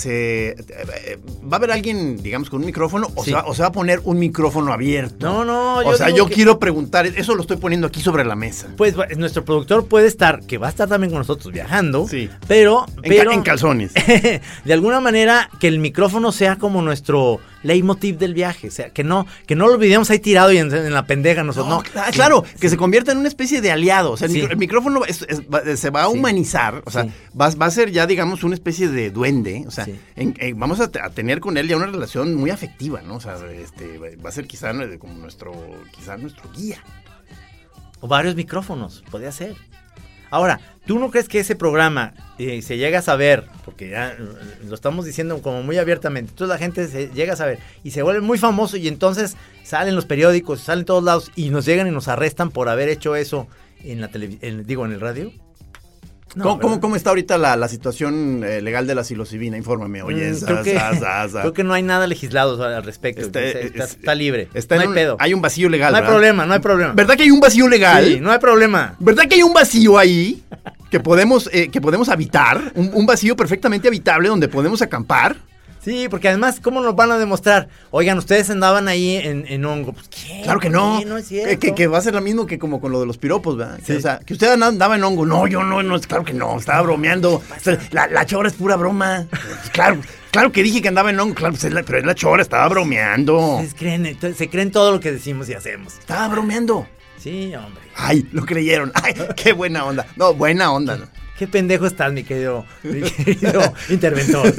¿va a haber alguien, digamos, con un micrófono o, sí. se va a poner un micrófono abierto? No. Yo quiero preguntar, eso lo estoy poniendo aquí sobre la mesa. Pues nuestro productor puede estar, que va a estar también con nosotros viajando, sí. pero en calzones. De alguna manera que el micrófono sea como nuestro leitmotiv del viaje, o sea, que no lo olvidemos ahí tirado y en la pendeja nosotros, no. Claro, que se convierta en una especie de aliado, o sea, el micrófono se va a humanizar, o sea, va a ser ya, digamos, una especie de duende, o sea, vamos a tener con él ya una relación muy afectiva, ¿no? O sea, va a ser quizá como nuestro guía. O varios micrófonos, podría ser. Ahora, ¿tú no crees que ese programa se llega a saber, porque ya lo estamos diciendo como muy abiertamente, entonces la gente se llega a saber y se vuelve muy famoso y entonces salen los periódicos, salen en todos lados y nos llegan y nos arrestan por haber hecho eso en la televisión, en el radio? No, ¿Cómo está ahorita la situación legal de la psilocibina? Infórmame, oye. Creo que no hay nada legislado al respecto. Está libre. No hay pedo. Hay un vacío legal. No hay problema. ¿Verdad que hay un vacío legal? Sí, no hay problema. ¿Verdad que hay un vacío ahí que podemos habitar? Un vacío perfectamente habitable donde podemos acampar. Sí, porque además, ¿cómo nos van a demostrar? Oigan, ustedes andaban ahí en hongo. Pues, ¿qué? Claro que no. No es cierto. Que va a ser lo mismo que como con lo de los piropos, ¿verdad? Sí. O sea, que usted andaba en hongo. No, yo no, claro que no, estaba bromeando. O sea, la chora es pura broma. Claro que dije que andaba en hongo, claro, pero es la chora, estaba bromeando. Se creen todo lo que decimos y hacemos. Estaba bromeando. Sí, hombre. Ay, lo creyeron. Ay, qué buena onda. No, buena onda, ¿no? Qué pendejo estás, mi querido interventor.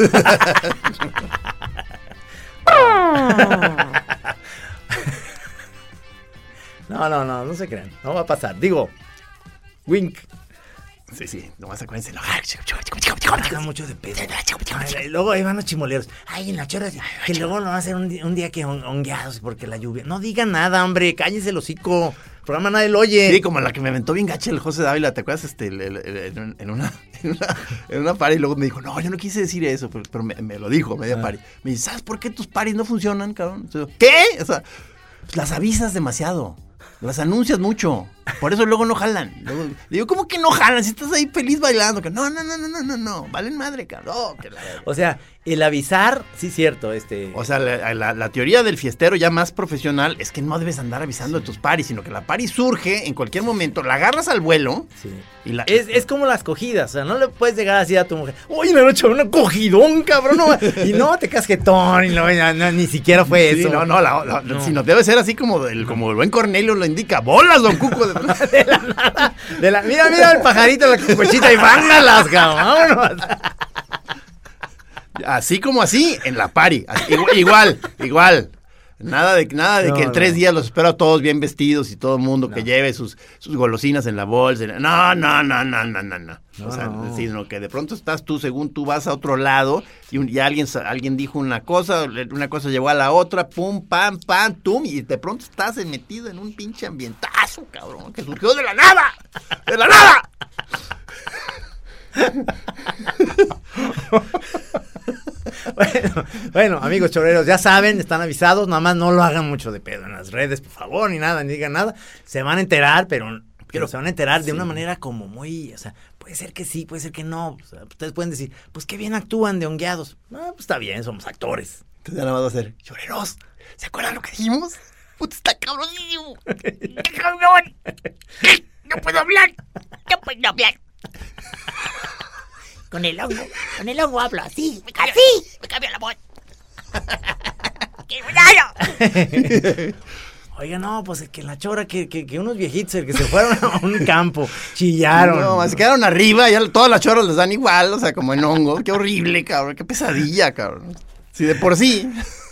No se crean. No va a pasar. Digo, wink. Sí, nomás acuérdense. Hagan mucho de pedo. Y luego ahí van los chimoleros. Ay, en la chora, que luego lo van a hacer un día que hongueados porque la lluvia. No digan nada, hombre, cállense el hocico. El programa nadie lo oye. Sí, como la que me aventó bien gacha el José Dávila, ¿te acuerdas? En una party, y luego me dijo, no, yo no quise decir eso, pero me lo dijo, media party. Me dice, ¿sabes por qué tus parties no funcionan, cabrón? ¿Qué? O sea, pues las avisas demasiado. Las anuncias mucho. Por eso luego no jalan. Luego, digo, ¿cómo que no jalan? Si estás ahí feliz bailando. Que no. Valen madre, cabrón. O sea, el avisar, sí es cierto. O sea, la teoría del fiestero ya más profesional es que no debes andar avisando de tus paris, sino que la pari surge en cualquier momento. La agarras al vuelo. Sí. Y es como las cogidas. O sea, no le puedes llegar así a tu mujer. Oye, la noche una cogidón, cabrón. Y no te casquetón. Y no, ni siquiera fue eso. No. Sino debe ser así como el buen Cornelio lo indica. ¡Bolas, don Cuco! De la nada. Mira el pajarito, la cucochita y vángalas, cabrón. Vámonos. Así como así, en la party. Igual. Nada de que en 3 días los espero a todos bien vestidos y todo el mundo que lleve sus golosinas en la bolsa. No. O sea, sino que de pronto estás tú, según tú vas a otro lado y alguien dijo una cosa llevó a la otra, pum, pam, tum, y de pronto estás metido en un pinche ambientazo, cabrón, que surgió de la nada. Bueno, amigos choreros, ya saben, están avisados, nada más no lo hagan mucho de pedo en las redes, por favor, ni digan nada. Se van a enterar, pero se van a enterar de una manera como muy, o sea, puede ser que sí, puede ser que no. O sea, ustedes pueden decir, pues qué bien actúan de hongueados. No, pues está bien, somos actores. Entonces ya nada más va a hacer, lloreros, ¿se acuerdan lo que dijimos? Puta, está cabronísimo. ¡Qué cabrón! ¡No puedo hablar! Con el hongo hablo así, me cambio la voz. ¡Qué bueno! Oiga, no, pues que en la chora, que unos viejitos que se fueron a un campo, chillaron. No, se quedaron arriba, ya todas las choras les dan igual, o sea, como en hongo. Qué horrible, cabrón, qué pesadilla, cabrón. Sí, de por sí.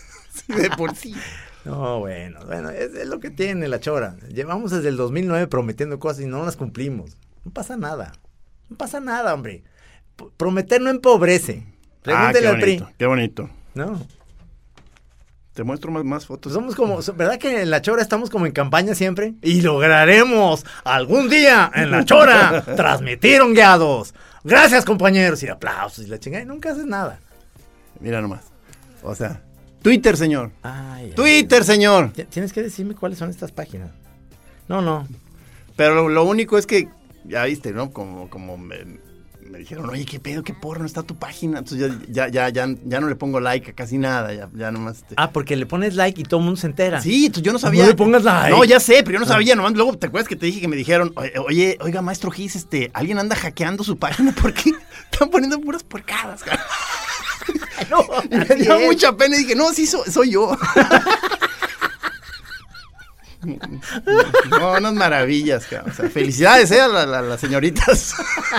No, bueno, es lo que tiene la chora. Llevamos desde el 2009 prometiendo cosas y no las cumplimos. No pasa nada, hombre. Prometer no empobrece. Pregúntele al PRI. Qué bonito. No. Te muestro más fotos. Somos como, ¿verdad que en la chora estamos como en campaña siempre? Y lograremos algún día en la chora transmitir hongueados. Gracias, compañeros. Y aplausos y la chingada. Y nunca haces nada. Mira nomás. O sea, Twitter, señor. Ay, Twitter, señor. Tienes que decirme cuáles son estas páginas. No. Pero lo único es que, ya viste, ¿no? Como me dijeron, oye, qué pedo, qué porno, está tu página. Entonces ya no le pongo like a casi nada, ya nomás. Porque le pones like y todo el mundo se entera. Sí, entonces yo no sabía. No le pongas like. No, ya sé, pero yo no sabía, nomás. Luego, ¿te acuerdas que te dije que me dijeron, oiga, maestro Gis, alguien anda hackeando su página porque están poniendo puras porcadas, cara? No, y me dio mucha pena y dije, no, sí, soy yo. No, unas maravillas, cara. O sea, felicidades, a las señoritas.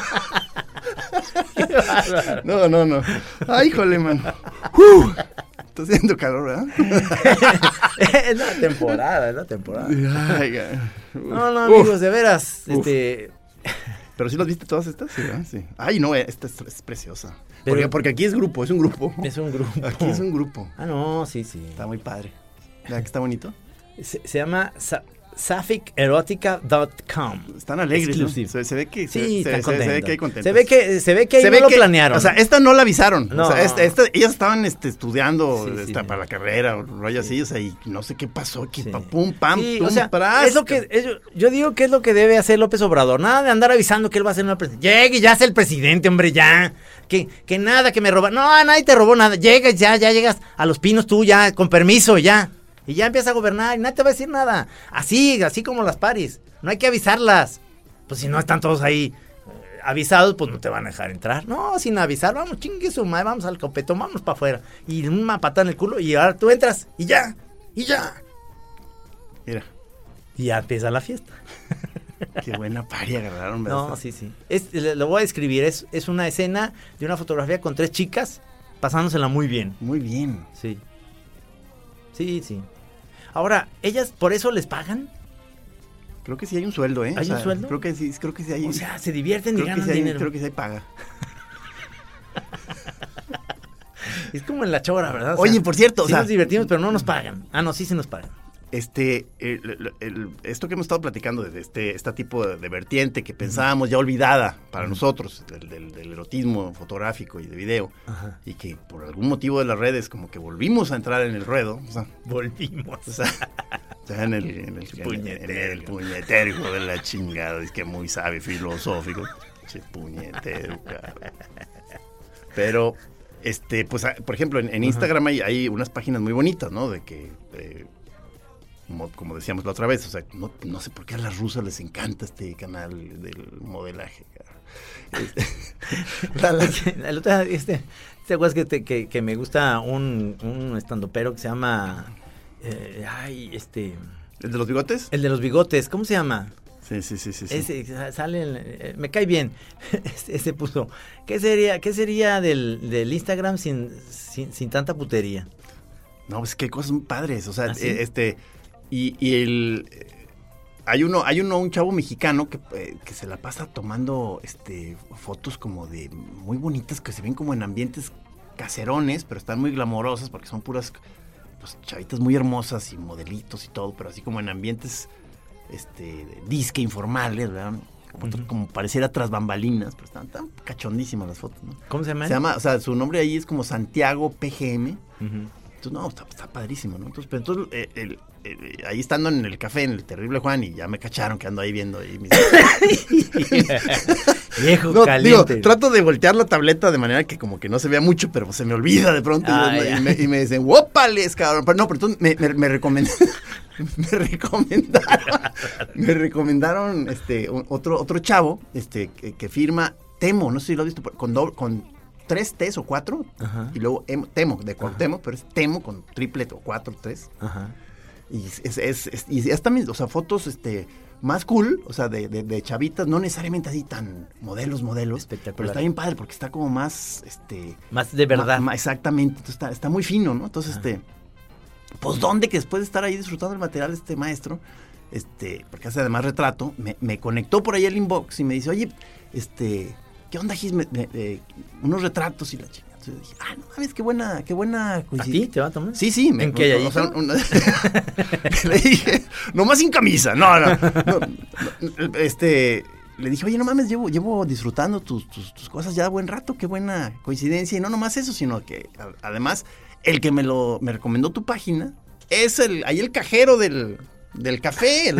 No. Ay, híjole, man. Está haciendo calor, ¿verdad? Es la temporada. Ay, no, amigos, de veras. ¿Pero sí las viste todas estas? Sí, ¿verdad? Sí. Ay, no, esta es preciosa. Porque aquí es un grupo. Es un grupo. Aquí es un grupo. Ah, no, sí. Está muy padre. ¿Verdad que está bonito? Se llama sapphicerotica.com. Están alegres, ¿no? Se ve que están contentos. Se ve que hay contentos. Se ve que ahí no lo planearon. O sea, esta no la avisaron. No. O sea, ellas estaban estudiando Sí. para la carrera o rollo así, o sea, y no sé qué pasó aquí, pum, pam, Sí, pum, o sea, pras. es lo que yo digo que es lo que debe hacer López Obrador. Nada de andar avisando que él va a ser una presidenta. Llegue, ya es el presidente, hombre, ya. Que nada, que me roba. No, nadie te robó nada. Llegas, ya llegas a Los Pinos tú, ya, con permiso, ya. Y ya empieza a gobernar y nadie te va a decir nada. Así como las paris. No hay que avisarlas. Pues si no están todos ahí avisados, pues no te van a dejar entrar. No, sin avisar, vamos, chingue su madre, vamos al copetón, vamos para afuera. Y una patada en el culo y ahora tú entras y ya. Mira. Y ya empieza la fiesta. Qué buena pari agarraron, ¿verdad? No, sí. Lo voy a describir. Es una escena de una fotografía con 3 chicas pasándosela muy bien. Muy bien. Sí. Ahora, ¿ellas por eso les pagan? Creo que sí hay un sueldo, ¿eh? ¿Hay un sueldo? Creo que sí hay. O sea, se divierten y ganan dinero. Creo que sí hay paga. Es como en la chora, ¿verdad? Oye, por cierto, sí nos divertimos, pero no nos pagan. Ah, no, sí se nos pagan. Esto que hemos estado platicando de este tipo de vertiente que pensábamos ya olvidada para nosotros, del erotismo fotográfico y de video, Ajá. y que por algún motivo de las redes como que volvimos a entrar en el ruedo, o sea, ya en el puñetero, hijo de la chingada, es que muy sabe filosófico, puñetero, cabrón. Pero, pues, por ejemplo, en Instagram hay unas páginas muy bonitas, ¿no? De que... Como decíamos la otra vez, o sea, no sé por qué a las rusas les encanta este canal del modelaje. El otro día, ¿te acuerdas que me gusta un estandopero que se llama ¿El de los bigotes? El de los bigotes, ¿cómo se llama? Sí. Ese sale, me cae bien. Ese puso, ¿qué sería del Instagram sin tanta putería? No, pues que hay cosas muy padres, o sea, ¿Ah, sí? Hay un chavo mexicano que se la pasa tomando fotos como de muy bonitas que se ven como en ambientes caserones, pero están muy glamorosas porque son puras pues, chavitas muy hermosas y modelitos y todo, pero así como en ambientes disque informales, ¿verdad? Como pareciera tras bambalinas, pero están tan cachondísimas las fotos, ¿no? ¿Cómo se llama? O sea, su nombre ahí es como Santiago PGM. Uh-huh. Entonces, no, está padrísimo, ¿no? Entonces ahí estando en el café, en el Terrible Juan, y ya me cacharon que ando ahí viendo ahí mis... Viejo No, caliente. digo, trato de voltear la tableta de manera que como que no se vea mucho, pero se me olvida de pronto. Y me dicen, ¡wópales, cabrón! Pero no, pero entonces me recomendaron otro chavo que firma Temo, no sé si lo has visto, con 3 T's o 4, Ajá. y luego Temo, de Cuauhtémoc, pero es Temo con triplet o 4, 3. Ajá. Y es también, o sea, fotos más cool, o sea, de chavitas, no necesariamente así tan modelos, Espectacular. pero está bien padre porque está como más, Más de verdad. exactamente, entonces está muy fino, ¿no? Entonces, pues ¿dónde que después de estar ahí disfrutando el material este maestro, porque hace además retrato, me conectó por ahí el inbox y me dice, oye, ¿qué onda, Gis? Unos retratos y la chica. Entonces dije, no mames, qué buena ¿A coincidencia. ti te va a tomar? Sí. ¿En qué hay? Le dije, nomás sin camisa. No. Le dije, oye, no mames, llevo disfrutando tus cosas ya buen rato, qué buena coincidencia. Y no nomás eso, sino que además el que me recomendó tu página es ahí el cajero del café.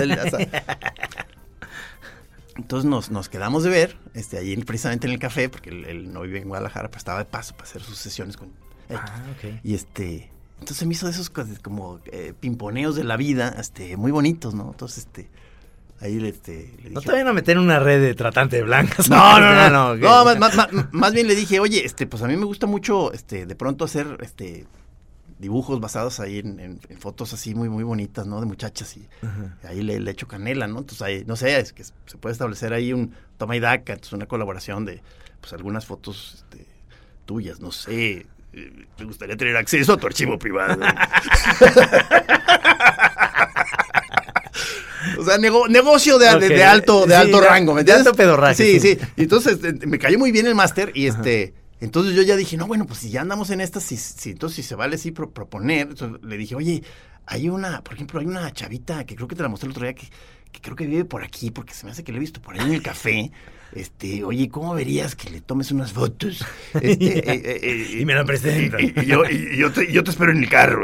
Entonces nos quedamos de ver, ahí precisamente en el café, porque él no vive en Guadalajara, pero estaba de paso para hacer sus sesiones con él. Ok. Y entonces me hizo de esos como pimponeos de la vida, muy bonitos, ¿no? Entonces, ahí le dije... No te vayan a meter en una red de tratante de blancas. No, okay. más bien le dije, oye, pues a mí me gusta mucho, de pronto hacer, dibujos basados ahí en fotos así muy, muy bonitas, ¿no? De muchachas y ahí le echo canela, ¿no? Entonces ahí, no sé, es que se puede establecer ahí un toma y daca, entonces una colaboración de, pues algunas fotos tuyas, no sé, me gustaría tener acceso a tu archivo privado. O sea, negocio de alto rango, ¿me entiendes? De alto pedorraje. Sí. Y entonces me cayó muy bien el máster y entonces yo ya dije, no, bueno, pues si ya andamos en estas, entonces si se vale sí proponer. Entonces le dije, oye, por ejemplo, hay una chavita que creo que te la mostré el otro día que creo que vive por aquí, porque se me hace que la he visto por ahí en el café. Oye, ¿cómo verías que le tomes unas fotos? Y me la presentan. Y yo te espero en el carro.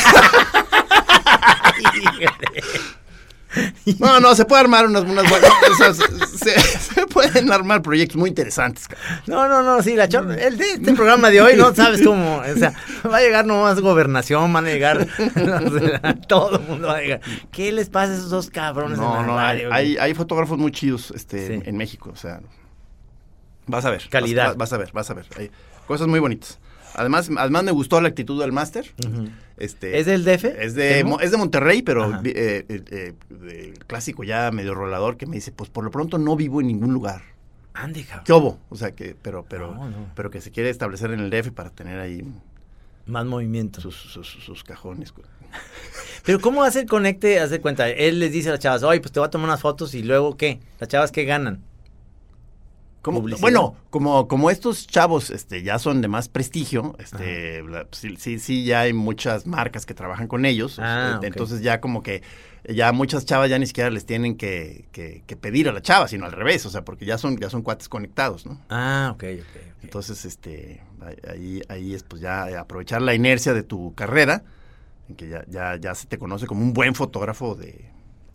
No, se puede armar unas buenas, se pueden armar proyectos muy interesantes. No, sí, este programa de hoy no sabes cómo, o sea, va a llegar nomás Gobernación, van a llegar, todo el mundo va a llegar. ¿Qué les pasa a esos dos cabrones? Hay fotógrafos muy chidos en México, o sea, vas a ver. Calidad. Vas a ver, hay cosas muy bonitas. Además me gustó la actitud del máster. Uh-huh. ¿Es del DF? Es de Monterrey, pero clásico ya medio rolador que me dice, pues por lo pronto no vivo en ningún lugar. Ande, cabrón. ¿Qué hubo? O sea, pero No. que se quiere establecer en el DF para tener ahí más movimiento. Sus cajones. Pero ¿cómo hace el conecte? Haz de cuenta, él les dice a las chavas, oye, pues te voy a tomar unas fotos y luego ¿qué? ¿Las chavas qué ganan? Bueno, como estos chavos ya son de más prestigio, sí ya hay muchas marcas que trabajan con ellos. Okay. Entonces ya como que ya muchas chavas ya ni siquiera les tienen que pedir a la chava, sino al revés, o sea, porque ya son cuates conectados, ¿no? Ok. Entonces, ahí es pues ya aprovechar la inercia de tu carrera, en que ya se te conoce como un buen fotógrafo de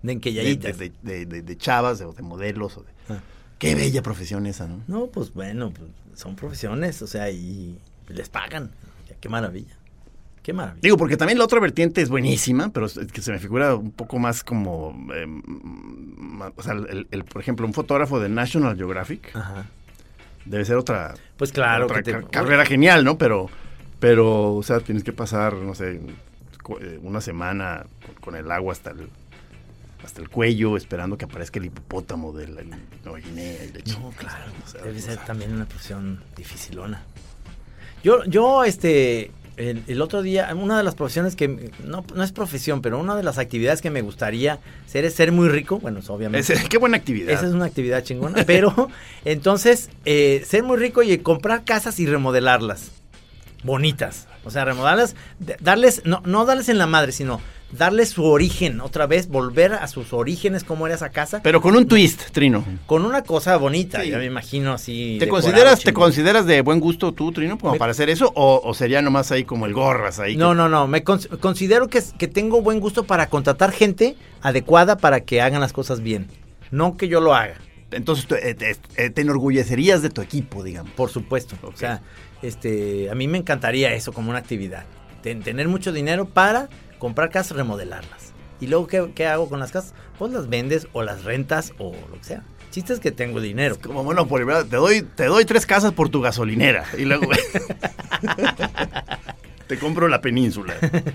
chavas o de modelos o de... Qué bella profesión esa, ¿no? No, pues bueno, son profesiones, o sea, y les pagan. Qué maravilla. Digo, porque también la otra vertiente es buenísima, pero es que se me figura un poco más como... o sea, por ejemplo, un fotógrafo de National Geographic debe ser otra... Pues claro. Carrera genial, ¿no? Pero, o sea, tienes que pasar, no sé, una semana con el agua hasta el cuello, esperando que aparezca el hipopótamo de la Nueva Guinea. No, claro, o sea, debe ser también una profesión dificilona. Yo el otro día, una de las profesiones que, no es profesión, pero una de las actividades que me gustaría hacer es ser muy rico, bueno, obviamente. Qué buena actividad. Esa es una actividad chingona, pero entonces, ser muy rico y comprar casas y remodelarlas, bonitas. O sea, remodelarlas, darles, no darles en la madre, sino darle su origen otra vez, volver a sus orígenes, cómo era esa casa. Pero con un twist, Trino. Con una cosa bonita, Sí. ya me imagino así. ¿Te decorado, consideras de buen gusto tú, Trino, como para hacer eso? ¿O sería nomás ahí como el gorras ahí? No, me considero que tengo buen gusto para contratar gente adecuada para que hagan las cosas bien, no que yo lo haga. Entonces te enorgullecerías de tu equipo, digamos. Por supuesto, Ok. o sea, a mí me encantaría eso como una actividad, tener mucho dinero para comprar casas, remodelarlas. Y luego, ¿qué hago con las casas? Pues las vendes o las rentas o lo que sea. Chiste es que tengo dinero. Como Monopoly, ¿verdad? Te doy 3 casas por tu gasolinera. Y luego te compro la península.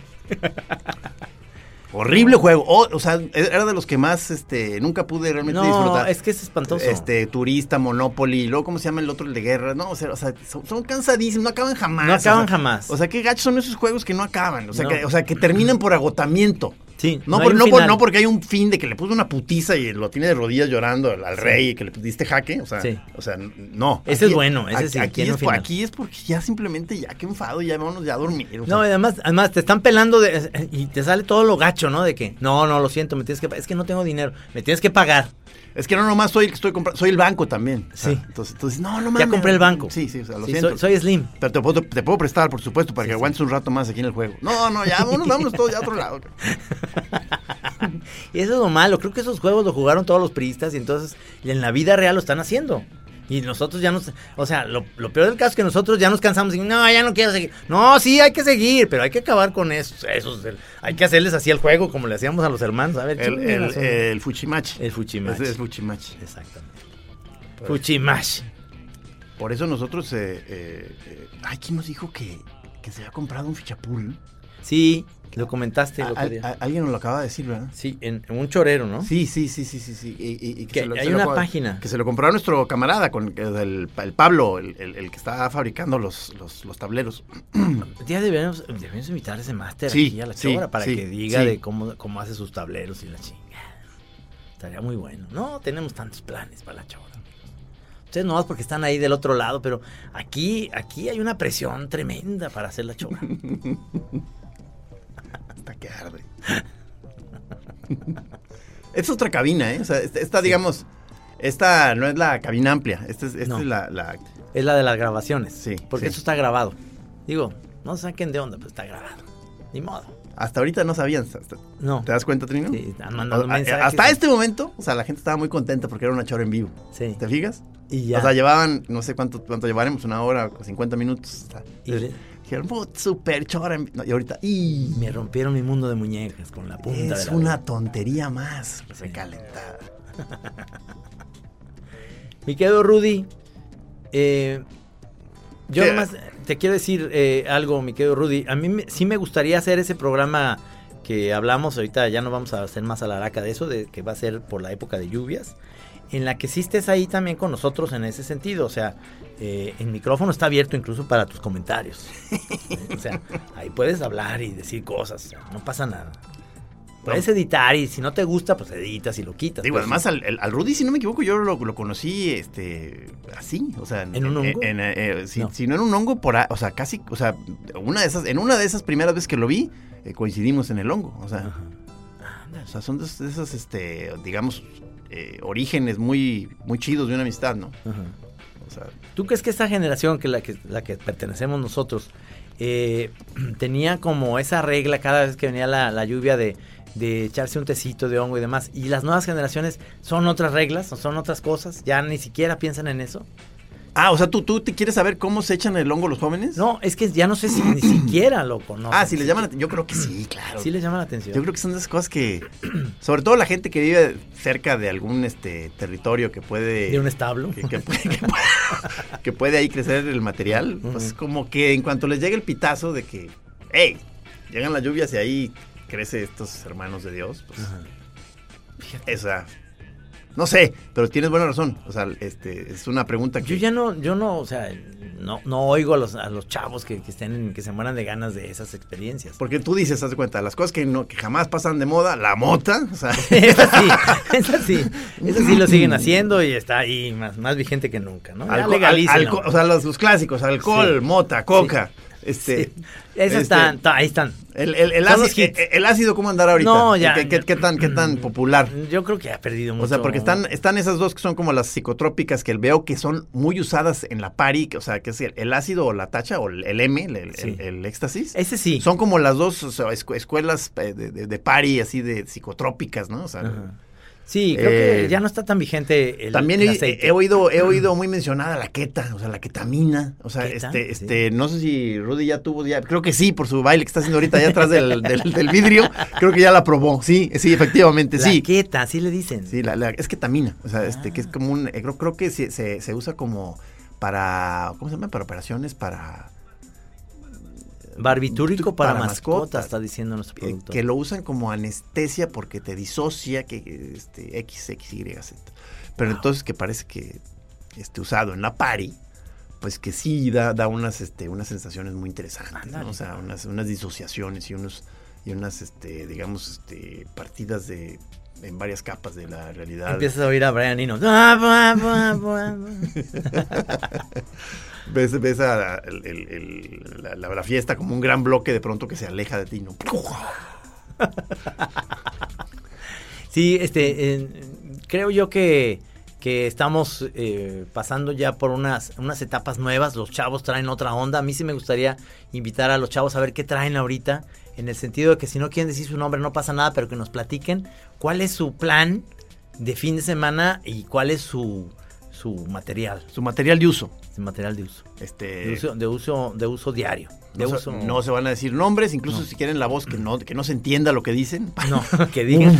Horrible juego. O sea, era de los que más nunca pude realmente disfrutar. No, es que es espantoso. Turista, Monopoly, y luego, ¿cómo se llama el otro, el de guerra? No, o sea, son cansadísimos, no acaban jamás. No acaban jamás. O sea, qué gachos son esos juegos que no acaban. O sea, No. que terminan por agotamiento. Sí, No, hay un no final. porque hay un fin de que le puso una putiza y lo tiene de rodillas llorando al rey y que le diste jaque. O sea, Sí. No. Ese es bueno, ese sí, Aquí tiene un final. aquí es porque ya simplemente, ya que enfado, ya vámonos ya a dormir. O No, sea. y además te están pelando y te sale todo lo gacho, ¿no? De que, no, lo siento, es que no tengo dinero, me tienes que pagar. Es que no nomás soy el que estoy comprando, soy el banco también. O sea, Sí. Entonces, no mames. Ya compré el banco. Sí, o sea, lo Sí, siento. soy Slim. Pero te puedo prestar, por supuesto, para que aguantes un rato más aquí en el juego. No, ya vámonos todos ya a otro lado. Y eso es lo malo, creo que esos juegos lo jugaron todos los priistas y entonces en la vida real lo están haciendo. Y nosotros ya o sea, lo peor del caso es que nosotros ya nos cansamos y no, ya no quiero seguir. No, sí, hay que seguir, pero hay que acabar con esos, hay que hacerles así el juego como le hacíamos a los hermanos. A ver, El Fuchimachi. El Fuchimachi. Ese es Fuchimachi. Exactamente. Fuchimachi. Por eso nosotros, ¿quién nos dijo que se había comprado un fichapul? Sí, lo comentaste el otro día. Alguien nos lo acaba de decir, ¿verdad? Sí, en un chorero, ¿no? Sí. Y Que hay una página. Que se lo compró a nuestro camarada, el Pablo, el que está fabricando los tableros. Ya debemos invitar a ese máster Sí, aquí a la sí, chora para sí, que diga sí. de cómo hace sus tableros y la chingada. Estaría muy bueno. No tenemos tantos planes para la chora. Ustedes nomás porque están ahí del otro lado, pero aquí hay una presión tremenda para hacer la chora. Hasta que arde. Es otra cabina, ¿eh? O sea, esta digamos, esta no es la cabina amplia. Esta No. es la... Es la de las grabaciones. Sí, Porque sí. esto está grabado. Digo, no saquen de onda, pero está grabado. Ni modo. Hasta ahorita no sabían. No. ¿Te das cuenta, Trino? Sí, están mandando mensajes. Hasta este momento, o sea, la gente estaba muy contenta porque era una chora en vivo. Sí. ¿Te fijas? Y ya. O sea, llevaban, no sé cuánto llevaremos, 1 hora, 50 minutos. O sea, Y dijeron, super chora en vivo. No, y ahorita, me rompieron mi mundo de muñecas con la punta de es la una lengua. tontería más recalentada. Mi querido Rudy, yo ¿Qué? nomás te quiero decir algo, mi querido Rudy. A mí sí me gustaría hacer ese programa que hablamos, ahorita ya no vamos a hacer más a la araca de eso, de que va a ser por la época de lluvias, en la que sí estés ahí también con nosotros en ese sentido. O sea, el micrófono está abierto incluso para tus comentarios. O sea, ahí puedes hablar y decir cosas, o sea, no pasa nada. Puedes editar y si no te gusta, pues editas y lo quitas. Digo, pues, además al Rudy, si no me equivoco, yo lo conocí así, o sea, ¿En un hongo? No. Si no en un hongo, o sea, casi, o sea, en una de esas primeras veces que lo vi, coincidimos en el hongo, o sea, Ajá. o sea, son de esos, digamos, orígenes muy, muy chidos de una amistad, ¿no? Ajá. O sea, ¿Tú crees que esta generación, la que pertenecemos nosotros, tenía como esa regla cada vez que venía la lluvia de echarse un tecito de hongo y demás? ¿Y las nuevas generaciones son otras reglas, o son otras cosas? ¿Ya ni siquiera piensan en eso? o sea, ¿tú te quieres saber cómo se echan el hongo los jóvenes? No, es que ya no sé si ni siquiera lo conocen. Si les llaman, yo creo que sí, claro. Sí les llama la atención. Yo creo que son de esas cosas que, sobre todo la gente que vive cerca de algún territorio que puede... De un establo. que puede ahí crecer el material, pues como que en cuanto les llegue el pitazo de que, hey, llegan las lluvias y ahí crece estos hermanos de Dios, pues, esa... No sé, pero tienes buena razón. O sea, es una pregunta que... Yo no, o sea, no oigo a los chavos que se mueran de ganas de esas experiencias. Porque tú dices, haz de cuenta, las cosas que jamás pasan de moda, la mota, o sea... Esa sí lo siguen haciendo y está ahí más vigente que nunca, ¿no? Ya legalícenlo. O sea, los clásicos, alcohol, Sí. mota, coca, Sí. Esos están, ahí están. El ácido, ¿cómo andará ahorita? No, ya. ¿Qué tan popular? Yo creo que ha perdido mucho. O sea, porque están esas dos que son como las psicotrópicas que veo que son muy usadas en la party, o sea, que es el ácido o la tacha o el M, el éxtasis. Ese sí. Son como las dos, o sea, escuelas de party así de psicotrópicas, ¿no? O sea, sí, creo que ya no está tan vigente también el aceite. he oído muy mencionada la keta, o sea, la ketamina, o sea, ¿Keta? no sé si Rudy ya tuvo, creo que sí, por su baile que está haciendo ahorita allá atrás del vidrio, creo que ya la probó, sí, efectivamente, sí. La keta, así le dicen. Sí, es ketamina, o sea, que es como creo que se usa como para, ¿cómo se llama? Para operaciones, para... Barbitúrico para mascotas, está diciendo nuestro productor. Que lo usan como anestesia porque te disocia X, Y, Z. Pero entonces que parece que usado en la party, pues que sí da unas sensaciones muy interesantes, ¿no? O sea, unas disociaciones y unas digamos, partidas en varias capas de la realidad. Empiezas a oír a Brian Eno. Ves la fiesta como un gran bloque de pronto que se aleja de ti, ¿no? Sí, creo yo que estamos pasando ya por unas etapas nuevas. Los chavos traen otra onda. A mí sí me gustaría invitar a los chavos a ver qué traen ahorita, en el sentido de que si no quieren decir su nombre no pasa nada, pero que nos platiquen cuál es su plan de fin de semana y cuál es su material. Su material de uso. Su material de uso. De uso diario. No se van a decir nombres, incluso si quieren la voz que no se entienda lo que dicen. No, que digan.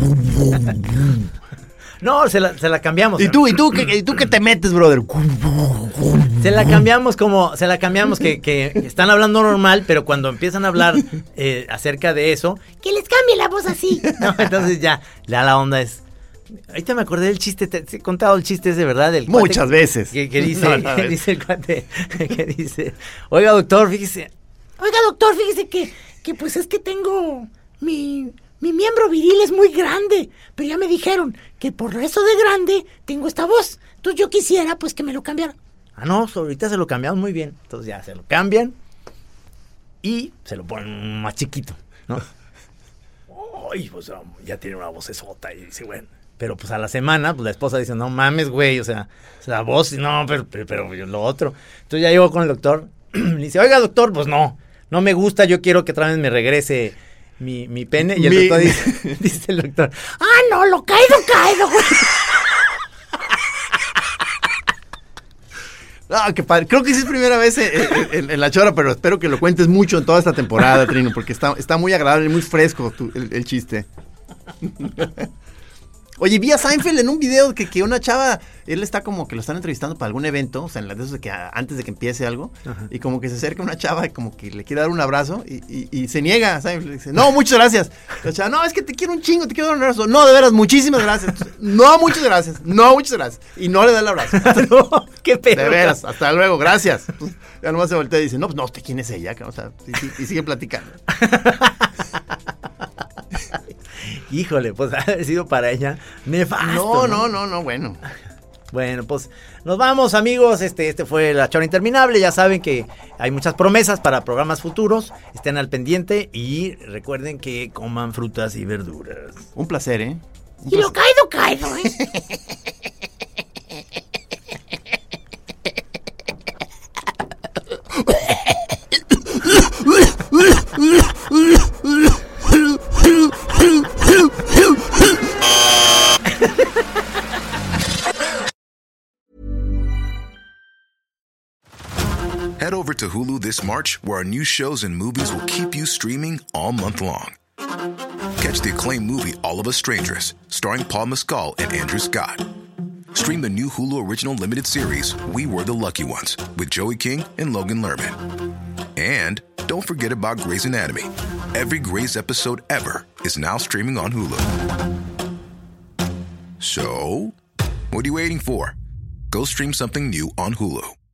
No, se la cambiamos. ¿Y tú qué te metes, brother? Se la cambiamos que están hablando normal, pero cuando empiezan a hablar acerca de eso, Que les cambie la voz así. no, entonces ya la onda es. Ahorita me acordé del chiste, te he contado el chiste ese, ¿verdad? Muchas veces. Que dice, dice el cuate, que dice, oiga doctor, fíjese que pues es que tengo mi miembro viril es muy grande, pero ya me dijeron que por eso de grande tengo esta voz. Entonces yo quisiera pues que me lo cambiaran. Ah, no, ahorita se lo cambiamos muy bien. Entonces ya se lo cambian y se lo ponen más chiquito, ¿no? Ay, pues ya tiene una vocesota y dice, bueno. Pero pues a la semana, pues la esposa dice, no mames, güey, o sea, la voz, no, pero lo otro. Entonces ya llegó con el doctor, le dice, oiga doctor, pues no me gusta, yo quiero que otra vez me regrese mi pene. Y el doctor dice el doctor, no, lo caído, güey. No, qué padre. Creo que sí es primera vez en La Chora, pero espero que lo cuentes mucho en toda esta temporada, Trino, porque está muy agradable y muy fresco el chiste. Oye, vi a Seinfeld en un video que una chava, él está como que lo están entrevistando para algún evento, o sea, en la de esos de que antes de que empiece algo, ajá, y como que se acerca una chava y como que le quiere dar un abrazo y se niega, Seinfeld, dice, no, muchas gracias. La chava, no, es que te quiero un chingo, te quiero dar un abrazo. No, de veras, muchísimas gracias. No, muchas gracias. Y no le da el abrazo. No, qué pedo. De veras, hasta luego, gracias. Ya nomás se voltea y dice, no, pues no, ¿usted quién es ella? O sea, y sigue platicando. Híjole, pues ha sido para ella nefasto. No, bueno. Bueno, pues nos vamos, amigos. Este fue La Chora Interminable. Ya saben que hay muchas promesas para programas futuros. Estén al pendiente y recuerden que coman frutas y verduras. Un placer, ¿eh? Y lo caído, ¿eh? Head over to Hulu this March, where our new shows and movies will keep you streaming all month long. Catch the acclaimed movie All of Us Strangers, starring Paul Mescal and Andrew Scott. Stream the new Hulu original limited series We Were the Lucky Ones with Joey King and Logan Lerman. And don't forget about Grey's Anatomy. Every Grey's episode ever is now streaming on Hulu. So, what are you waiting for? Go stream something new on Hulu.